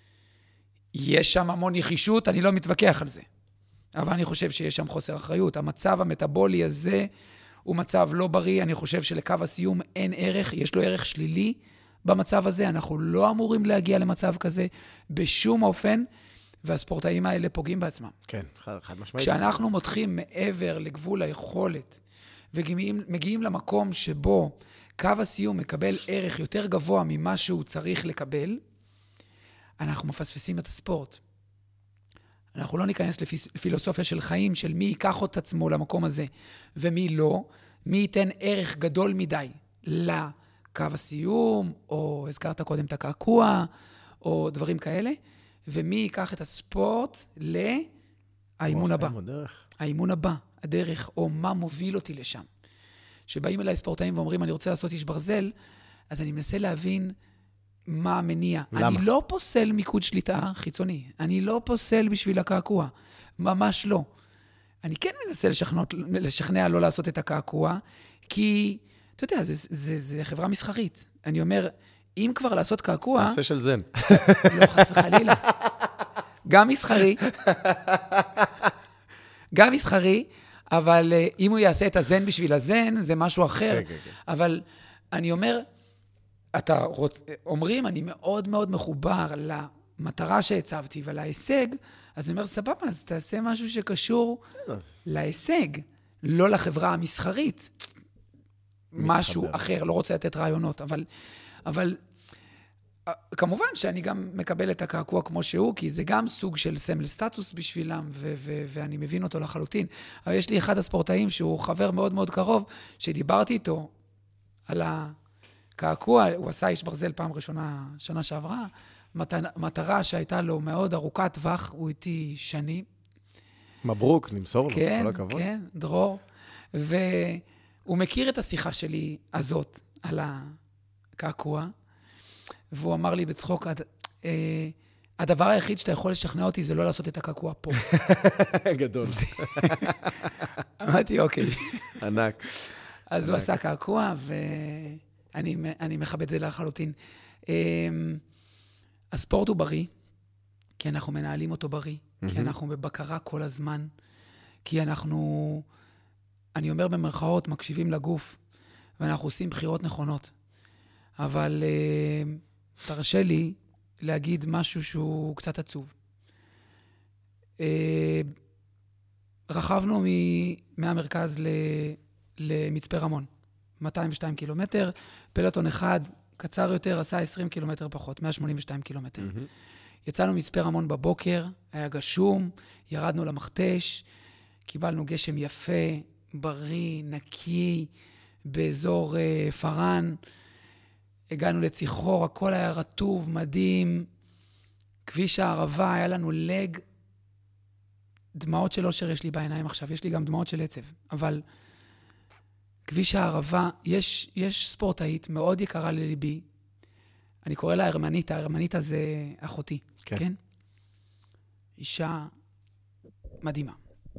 יש שם המון נחישות, אני לא מתווכח על זה. אבל אני חושב שיש שם חוסר אחריות. המצב המטאבולי הזה הוא מצב לא בריא. אני חושב שלקו הסיום אין ערך, יש לו ערך שלילי במצב הזה. אנחנו לא אמורים להגיע למצב כזה בשום אופן, והספורטאים האלה פוגעים בעצמם. כן, חד, חד משמעית. כשאנחנו מותחים מעבר לגבול היכולת, ומגיעים למקום שבו קו הסיום מקבל ערך יותר גבוה ממה שהוא צריך לקבל, אנחנו מפספסים את הספורט. אנחנו לא ניכנס לפילוסופיה של חיים, של מי ייקח את עצמו למקום הזה, ומי לא, מי ייתן ערך גדול מדי לקו הסיום, או הזכרת קודם את הקעקוע, או דברים כאלה, ומי ייקח את הספורט האימון הבא. הדרך. האימון הבא, הדרך, או מה מוביל אותי לשם. שבאים אליי ספורטאים ואומרים, אני רוצה לעשות איש ברזל, אז אני מנסה להבין מה המניע. למה? אני לא פוסל מיקוד שליטה חיצוני. אני לא פוסל בשביל הקעקוע. ממש לא. אני כן מנסה לשכנות, לשכנע לא לעשות את הקעקוע, כי, אתה יודע, זה, זה, זה חברה מסחרית. אני אומר, אם כבר לעשות קעקוע... נושא של זן. לא, חס וחלילה. גם מסחרי. גם מסחרי, אבל אם הוא יעשה את הזן בשביל הזן, זה משהו אחר. כן, כן, כן. אבל אני אומר, אתה רוצ... אומרים, אני מאוד מאוד מחובר למטרה שהצבתי ולהישג, אז אני אומר, סבבה, אז תעשה משהו שקשור להישג, לא לחברה המסחרית. משהו אחר, לא רוצה לתת רעיונות, אבל, אבל כמובן שאני גם מקבל את הקעקוע כמו שהוא, כי זה גם סוג של סמל סטטוס בשבילם, ו- ו- ואני מבין אותו לחלוטין. אבל יש לי אחד הספורטאים שהוא חבר מאוד מאוד קרוב, שדיברתי איתו על הקעקוע, הוא עשה איש ברזל פעם ראשונה, שנה שעברה, מטרה שהייתה לו מאוד ארוכת טווח, הוא איתי שנים. מברוק, נמסור לו, כן, כל הכבוד. כן, דרור. והוא מכיר את השיחה שלי הזאת על הקעקוע, והוא אמר לי בצחוק, אה, הדבר היחיד שאתה יכול לשכנע אותי זה לא לעשות את הקעקוע פה. גדול. אמרתי, אוקיי. ענק. אז הוא עשה קעקוע, ואני מכבד את זה לחלוטין. הספורט הוא בריא, כי אנחנו מנהלים אותו בריא, כי אנחנו בבקרה כל הזמן, כי אנחנו, אני אומר במרכאות, מקשיבים לגוף, ואנחנו עושים בחירות נכונות. אבל uh, תרשה לי להגיד משהו שהוא קצת עצוב. Uh, רכבנו מ- מהמרכז ל- למצפה רמון, מאתיים ושתיים קילומטר, פלטון אחד, קצר יותר, עשה עשרים קילומטר פחות, מאה שמונים ושתיים קילומטר. Mm-hmm. יצאנו מצפה רמון בבוקר, היה גשום, ירדנו למכתש, קיבלנו גשם יפה, בריא, נקי, באזור uh, פרן, הגענו לציחור, הכל היה רטוב, מדהים, כביש הערבה, היה לנו לג, דמעות של אושר יש לי בעיניים עכשיו, יש לי גם דמעות של עצב, אבל כביש הערבה, יש, יש ספורטאית מאוד יקרה לליבי, אני קורא לה הרמניטה, הרמניטה זה אחותי, כן? כן? אישה מדהימה.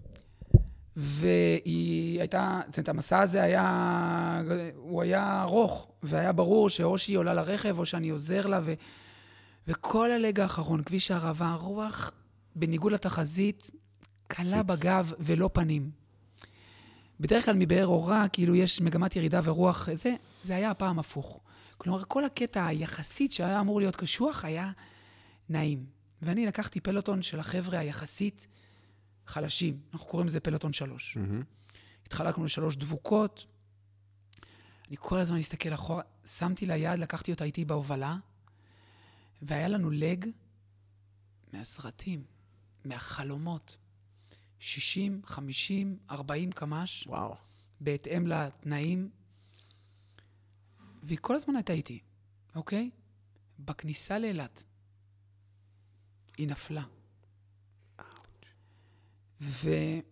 והיא הייתה, זאת אומרת, המסע הזה היה, הוא היה ארוך, והיה ברור שאו שהיא עולה לרכב, או שאני עוזר לה, ו, וכל הלג האחרון, כביש הערבה, הרוח, בניגוד לתחזית, קלה בגב ולא פנים. בדרך כלל מבאר אורה, כאילו יש מגמת ירידה ורוח, זה, זה היה הפעם הפוך. כלומר, כל הקטע היחסית שהיה אמור להיות קשוח, היה נעים. ואני לקחתי פלוטון של החבר'ה היחסית, חלשים, אנחנו קוראים לזה פלוטון שלוש. Mm-hmm. התחלקנו לשלוש דבוקות, אני כל הזמן מסתכל אחורה, שמתי לה יד, לקחתי אותה איתי בהובלה, והיה לנו לג מהסרטים, מהחלומות, שישים, חמישים, ארבעים קמ"ש, וואו. בהתאם לתנאים, והיא כל הזמן הייתה איתי, אוקיי? בכניסה לאילת, היא נפלה. וקודם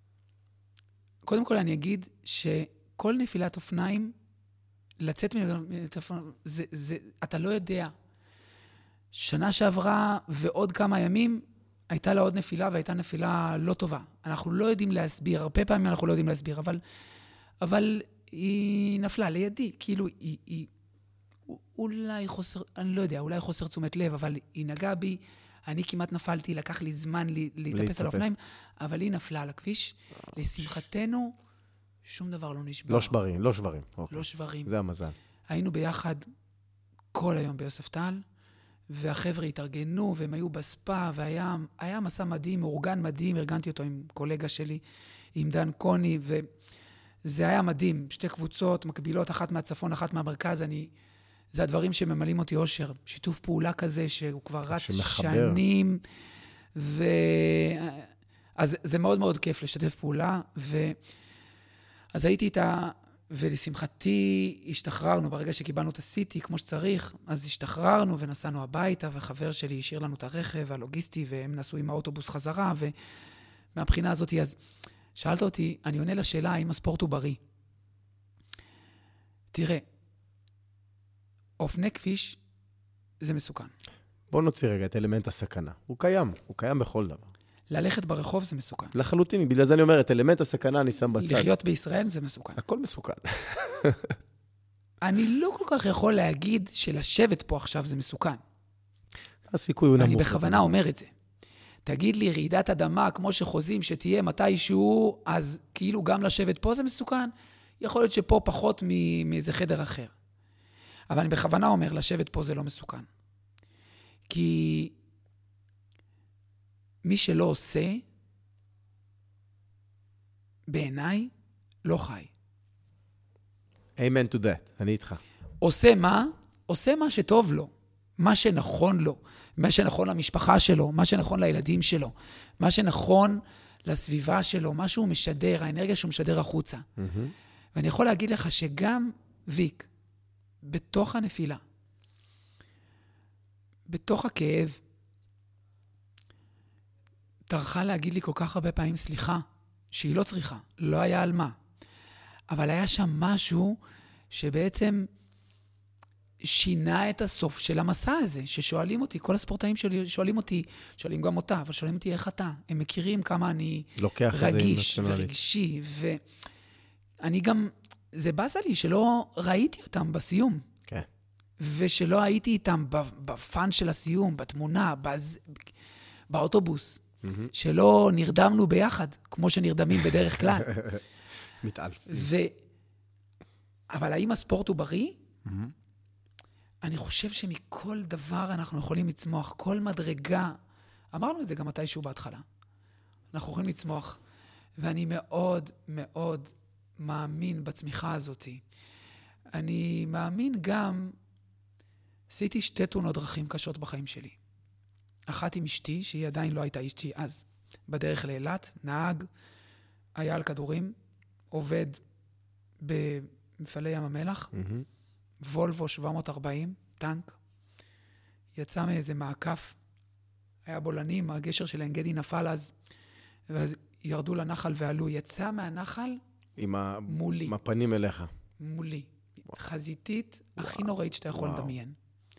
כל אני אגיד שכל נפילת אופניים, לצאת מנפילת אופניים, זה, זה, אתה לא יודע. שנה שעברה ועוד כמה ימים, הייתה לה עוד נפילה והייתה נפילה לא טובה. אנחנו לא יודעים להסביר, הרבה פעמים אנחנו לא יודעים להסביר, אבל, אבל היא נפלה לידי, כאילו היא, היא אולי חוסר, אני לא יודע, אולי חוסר תשומת לב, אבל היא נגעה בי, אני כמעט נפלתי, לקח לי זמן להתאפס על האופניים, אבל היא נפלה על הכביש. לשמחתנו, שום דבר לא נשבר. לא שברים, לא שברים. לא שברים. זה המזל. היינו ביחד כל היום ביוסף טל, והחבר'ה התארגנו, והם היו בספה, והיה היה מסע מדהים, מאורגן מדהים, ארגנתי אותו עם קולגה שלי, עם דן קוני, וזה היה מדהים. שתי קבוצות מקבילות, אחת מהצפון, אחת מהמרכז, אני... זה הדברים שממלאים אותי אושר. שיתוף פעולה כזה שהוא כבר רץ שמחבר. שנים. ו... אז זה מאוד מאוד כיף לשתף פעולה. ו... אז הייתי איתה, ולשמחתי השתחררנו ברגע שקיבלנו את הסיטי כמו שצריך, אז השתחררנו ונסענו הביתה, וחבר שלי השאיר לנו את הרכב הלוגיסטי, והם נסעו עם האוטובוס חזרה, ו... מהבחינה הזאת. אז שאלת אותי, אני עונה לשאלה האם הספורט הוא בריא. תראה, אופני כביש זה מסוכן. בוא נוציא רגע את אלמנט הסכנה. הוא קיים, הוא קיים בכל דבר. ללכת ברחוב זה מסוכן. לחלוטין, בגלל זה אני אומר, את אלמנט הסכנה אני שם בצד. לחיות בישראל זה מסוכן. הכל מסוכן. אני לא כל כך יכול להגיד שלשבת פה עכשיו זה מסוכן. הסיכוי הוא נמוך. אני בכוונה אומר את זה. תגיד לי, רעידת אדמה, כמו שחוזים שתהיה מתישהו, אז כאילו גם לשבת פה זה מסוכן? יכול להיות שפה פחות מאיזה חדר אחר. אבל אני בכוונה אומר, לשבת פה זה לא מסוכן. כי מי שלא עושה, בעיניי, לא חי. Amen to that, אני איתך. עושה מה? עושה מה שטוב לו, מה שנכון לו, מה שנכון למשפחה שלו, מה שנכון לילדים שלו, מה שנכון לסביבה שלו, מה שהוא משדר, האנרגיה שהוא משדר החוצה. Mm-hmm. ואני יכול להגיד לך שגם ויק, בתוך הנפילה, בתוך הכאב, תרחה להגיד לי כל כך הרבה פעמים סליחה, שהיא לא צריכה, לא היה על מה. אבל היה שם משהו שבעצם שינה את הסוף של המסע הזה, ששואלים אותי, כל הספורטאים שלי שואלים אותי, שואלים גם אותה, אבל שואלים אותי איך אתה. הם מכירים כמה אני רגיש ורגשי, ואני גם, זה בא לי שלא ראיתי אותם בסיום. כן. ושלא הייתי איתם בפן של הסיום, בתמונה, בז... באוטובוס. Mm-hmm. שלא נרדמנו ביחד, כמו שנרדמים בדרך כלל. מתעלף. ו... אבל האם הספורט הוא בריא? Mm-hmm. אני חושב שמכל דבר אנחנו יכולים לצמוח, כל מדרגה, אמרנו את זה גם מתישהו בהתחלה, אנחנו יכולים לצמוח, ואני מאוד מאוד מאמין בצמיחה הזאת. אני מאמין גם, עשיתי שתי תאונות דרכים קשות בחיים שלי. אחת עם אשתי, שהיא עדיין לא הייתה אשתי אז, בדרך לאילת, נהג, היה על כדורים, עובד במפעלי ים המלח, mm-hmm. וולבו שבע מאות וארבעים, טנק, יצא מאיזה מעקף, היה בולנים, הגשר של האנגדי נפל אז, ואז ירדו לנחל ועלו, יצא מהנחל עם ה... מולי. עם הפנים אליך. מולי. וואו. חזיתית, וואו. הכי נוראית שאתה יכול וואו. לדמיין.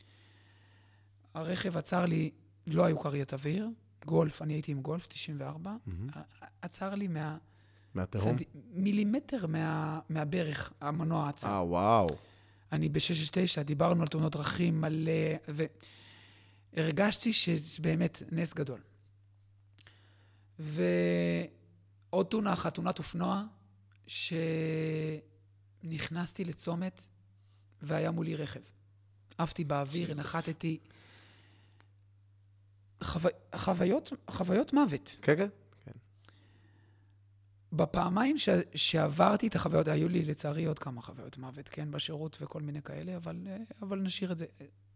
הרכב עצר לי, לא היו קריית אוויר, גולף, אני הייתי עם גולף, תשעים וארבע, mm-hmm. עצר לי מה... מהתהום? צד... מילימטר מה... מהברך, המנוע עצר. אה, וואו. אני ב-שש שש תשע, דיברנו על תאונות דרכים מלא, והרגשתי שבאמת נס גדול. ועוד תאונה אחת, תאונת אופנוע, שנכנסתי לצומת, והיה מולי רכב. עפתי באוויר, נחתתי. חו... חוויות, חוויות מוות. כן, כן. בפעמיים ש... שעברתי את החוויות, היו לי לצערי עוד כמה חוויות מוות, כן, בשירות וכל מיני כאלה, אבל, אבל נשאיר את זה.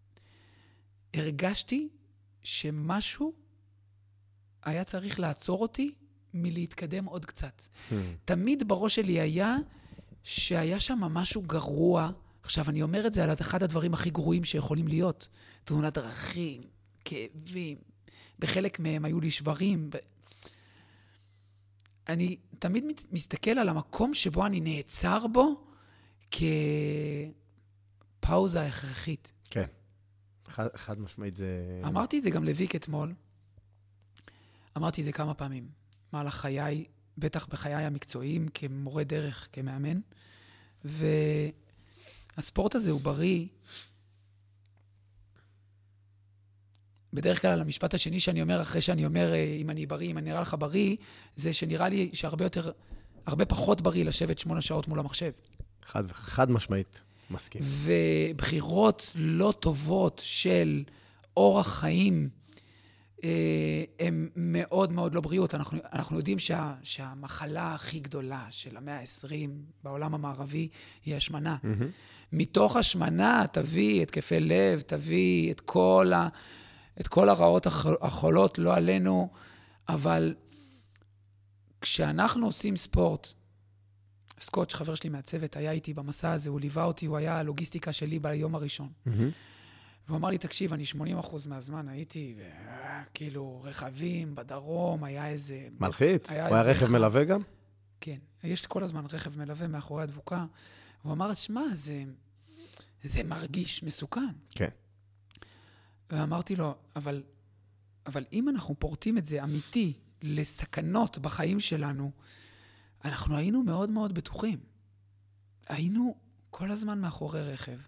הרגשתי שמשהו היה צריך לעצור אותי מלהתקדם עוד קצת. Hmm. תמיד בראש שלי היה שהיה שם משהו גרוע. עכשיו, אני אומר את זה על אחד הדברים הכי גרועים שיכולים להיות. תאונת דרכים, כאבים. בחלק מהם היו לי שברים. אני תמיד מסתכל על המקום שבו אני נעצר בו כפאוזה הכרחית. כן. חד, חד משמעית זה... אמרתי את זה גם לויק אתמול. אמרתי את זה כמה פעמים. מהלך חיי, בטח בחיי המקצועיים, כמורה דרך, כמאמן. והספורט הזה הוא בריא. בדרך כלל, המשפט השני שאני אומר, אחרי שאני אומר, אם אני בריא, אם אני נראה לך בריא, זה שנראה לי שהרבה יותר, הרבה פחות בריא לשבת שמונה שעות מול המחשב. חד, חד משמעית, מסכים. ובחירות לא טובות של אורח חיים, הם מאוד מאוד לא בריאות. אנחנו, אנחנו יודעים שה, שהמחלה הכי גדולה של המאה ה-עשרים בעולם המערבי היא השמנה. Mm-hmm. מתוך השמנה תביא התקפי לב, תביא את כל ה... את כל הרעות החולות, לא עלינו, אבל כשאנחנו עושים ספורט, סקוט, חבר שלי מהצוות, היה איתי במסע הזה, הוא ליווה אותי, הוא היה הלוגיסטיקה שלי ביום הראשון. Mm-hmm. והוא אמר לי, תקשיב, אני שמונים אחוז מהזמן הייתי, כאילו, רכבים בדרום, היה איזה... מלחיץ? הוא היה רכב מלווה גם? כן, יש כל הזמן רכב מלווה מאחורי הדבוקה. הוא אמר, שמע, זה, זה מרגיש מסוכן. כן. ואמרתי לו, אבל, אבל אם אנחנו פורטים את זה אמיתי לסכנות בחיים שלנו, אנחנו היינו מאוד מאוד בטוחים. היינו כל הזמן מאחורי רכב.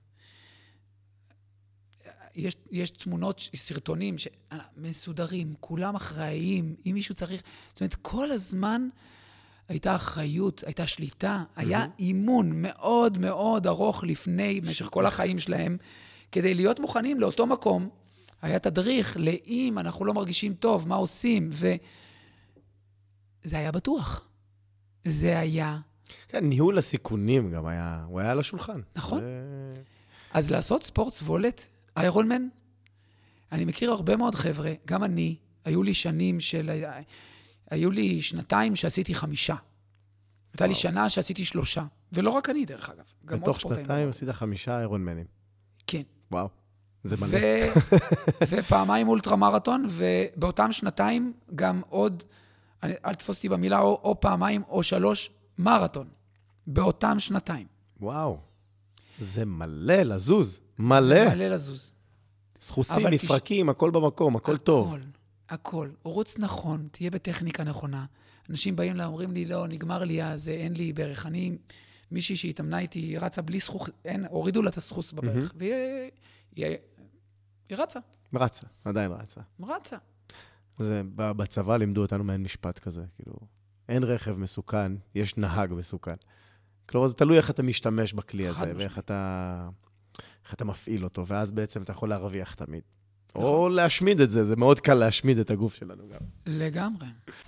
יש, יש תמונות, סרטונים מסודרים, כולם אחראיים, אם מישהו צריך, זאת אומרת, כל הזמן הייתה אחריות, הייתה שליטה, היה אימון מאוד מאוד ארוך לפני, במשך כל החיים שלהם, כדי להיות מוכנים לאותו מקום. היה תדריך לאם אנחנו לא מרגישים טוב, מה עושים, וזה היה בטוח. זה היה... כן, ניהול הסיכונים גם היה, הוא היה על השולחן. נכון. ו... אז לעשות ספורט סבולת, איירונמן, אני מכיר הרבה מאוד חבר'ה, גם אני, היו לי שנים של... היו לי שנתיים שעשיתי חמישה. הייתה לי שנה שעשיתי שלושה. ולא רק אני, דרך אגב. בתוך שנתיים עשית חמישה איירונמנים. כן. וואו, זה מלא. ופעמיים אולטרה מרתון, ובאותם שנתיים גם עוד, אל תפוס אותי במילה, או, או פעמיים או שלוש מרתון. באותם שנתיים. וואו, זה מלא לזוז. מלא. זה מלא לזוז. סחוסים, מפרקים, הכל במקום, הכל טוב. הכל. הכל. רוץ נכון, תהיה בטכניקה נכונה. אנשים באים לה, אומרים לי, לא, נגמר לי, אז אין לי ברך. אני, מישהי שהתאמנה איתי, רצה בלי סחוס, אין, הורידו לה את הסחוס בברך, והיא היא, היא רצה. רצה, עדיין רצה. רצה. זה, בצבא לימדו אותנו מעין משפט כזה, כאילו, אין רכב מסוכן, יש נהג מסוכן. כלומר, זה תלוי איך אתה משתמש בכלי הזה, ואיך אתה, איך אתה מפעיל אותו, ואז בעצם אתה יכול להרוויח תמיד. או להשמיד את זה, זה מאוד קל להשמיד את הגוף שלנו גם. לגמרי.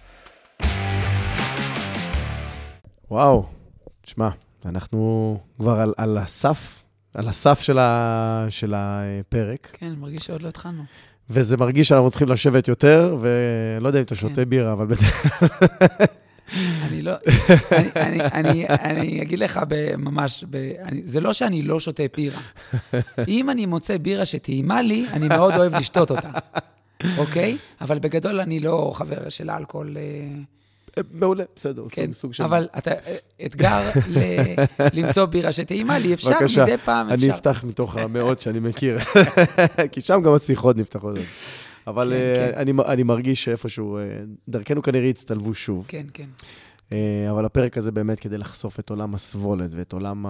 וואו, תשמע, אנחנו כבר על, על הסף, על הסף של, ה, של הפרק. כן, מרגיש שעוד לא התחלנו. וזה מרגיש שאנחנו צריכים לשבת יותר, ולא יודע אם אתה שותה בירה, אבל בטח... אני לא, אני, אני, אני, אני אגיד לך ממש, זה לא שאני לא שותה בירה. אם אני מוצא בירה שטעימה לי, אני מאוד אוהב לשתות אותה. אוקיי? אבל בגדול אני לא חבר של האלכוהול. מעולה, בסדר, כן, סוג של... אבל אתה, אתגר למצוא בירה שטעימה לי, אפשר מדי פעם, אפשר. אני אפתח מתוך המאות שאני מכיר, כי שם גם השיחות נפתחות. אבל כן, כן. אני, אני מרגיש שאיפשהו, דרכנו כנראה הצטלבו שוב. כן, כן. אבל הפרק הזה באמת כדי לחשוף את עולם הסבולת ואת עולם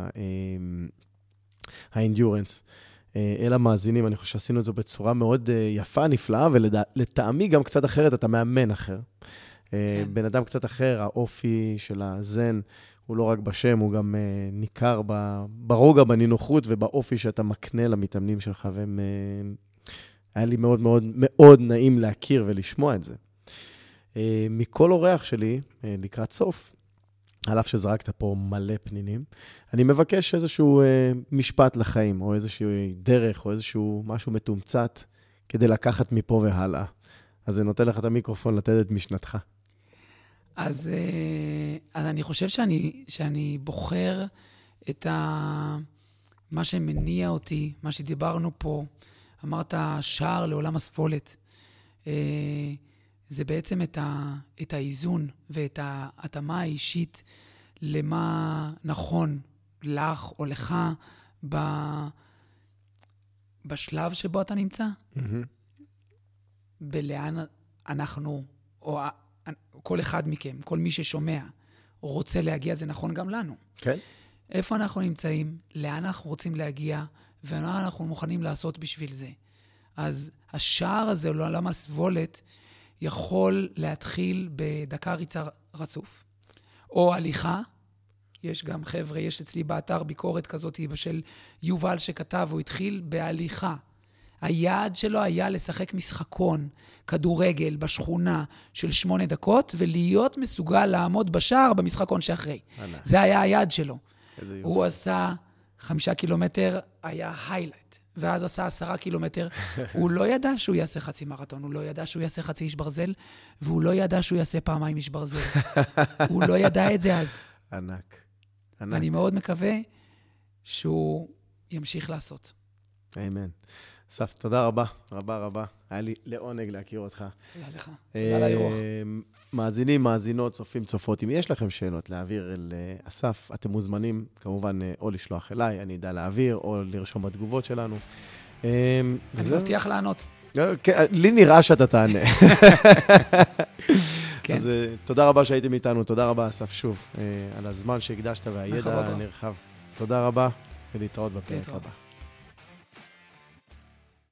האנדיורנס. אל המאזינים, אני חושב שעשינו את זה בצורה מאוד יפה, נפלאה, ולטעמי גם קצת אחרת, אתה מאמן אחר. כן. בן אדם קצת אחר, האופי של הזן, הוא לא רק בשם, הוא גם ניכר ברוגע, בנינוחות ובאופי שאתה מקנה למתאמנים שלך, והם... היה לי מאוד מאוד מאוד נעים להכיר ולשמוע את זה. מכל אורח שלי, לקראת סוף, על אף שזרקת פה מלא פנינים, אני מבקש איזשהו משפט לחיים, או איזשהו דרך, או איזשהו משהו מתומצת, כדי לקחת מפה והלאה. אז אני נותן לך את המיקרופון לתת את משנתך. אז, אז אני חושב שאני, שאני בוחר את ה... מה שמניע אותי, מה שדיברנו פה, אמרת שער לעולם הסבולת. זה בעצם את, ה, את האיזון ואת ההתאמה האישית למה נכון לך או לך ב, בשלב שבו אתה נמצא. Mm-hmm. בלאן אנחנו, או כל אחד מכם, כל מי ששומע, רוצה להגיע, זה נכון גם לנו. כן. Okay. איפה אנחנו נמצאים, לאן אנחנו רוצים להגיע, ומה אנחנו מוכנים לעשות בשביל זה. אז השער הזה, לעולם הסבולת, יכול להתחיל בדקה ריצה רצוף. או הליכה, יש גם חבר'ה, יש אצלי באתר ביקורת כזאת של יובל שכתב, הוא התחיל בהליכה. היעד שלו היה לשחק משחקון, כדורגל, בשכונה של שמונה דקות, ולהיות מסוגל לעמוד בשער במשחקון שאחרי. זה היה היעד שלו. הוא עשה חמישה קילומטר, היה היילייט, ואז עשה עשרה קילומטר. הוא לא ידע שהוא יעשה חצי מרתון, הוא לא ידע שהוא יעשה חצי איש ברזל, והוא לא ידע שהוא יעשה פעמיים איש ברזל. הוא לא ידע את זה אז. ענק. ענק. אני מאוד מקווה שהוא ימשיך לעשות. אמן. אסף, תודה רבה, רבה רבה. היה לי לעונג להכיר אותך. תודה לך. תודה על האירוח. מאזינים, מאזינות, צופים, צופות. אם יש לכם שאלות להעביר אל אסף, אתם מוזמנים כמובן או לשלוח אליי, אני אדע להעביר, או לרשום בתגובות שלנו. אני מבטיח לענות. לי נראה שאתה תענה. אז תודה רבה שהייתם איתנו, תודה רבה אסף שוב על הזמן שהקדשת והידע הנרחב. תודה רבה ולהתראות בפרק הבא.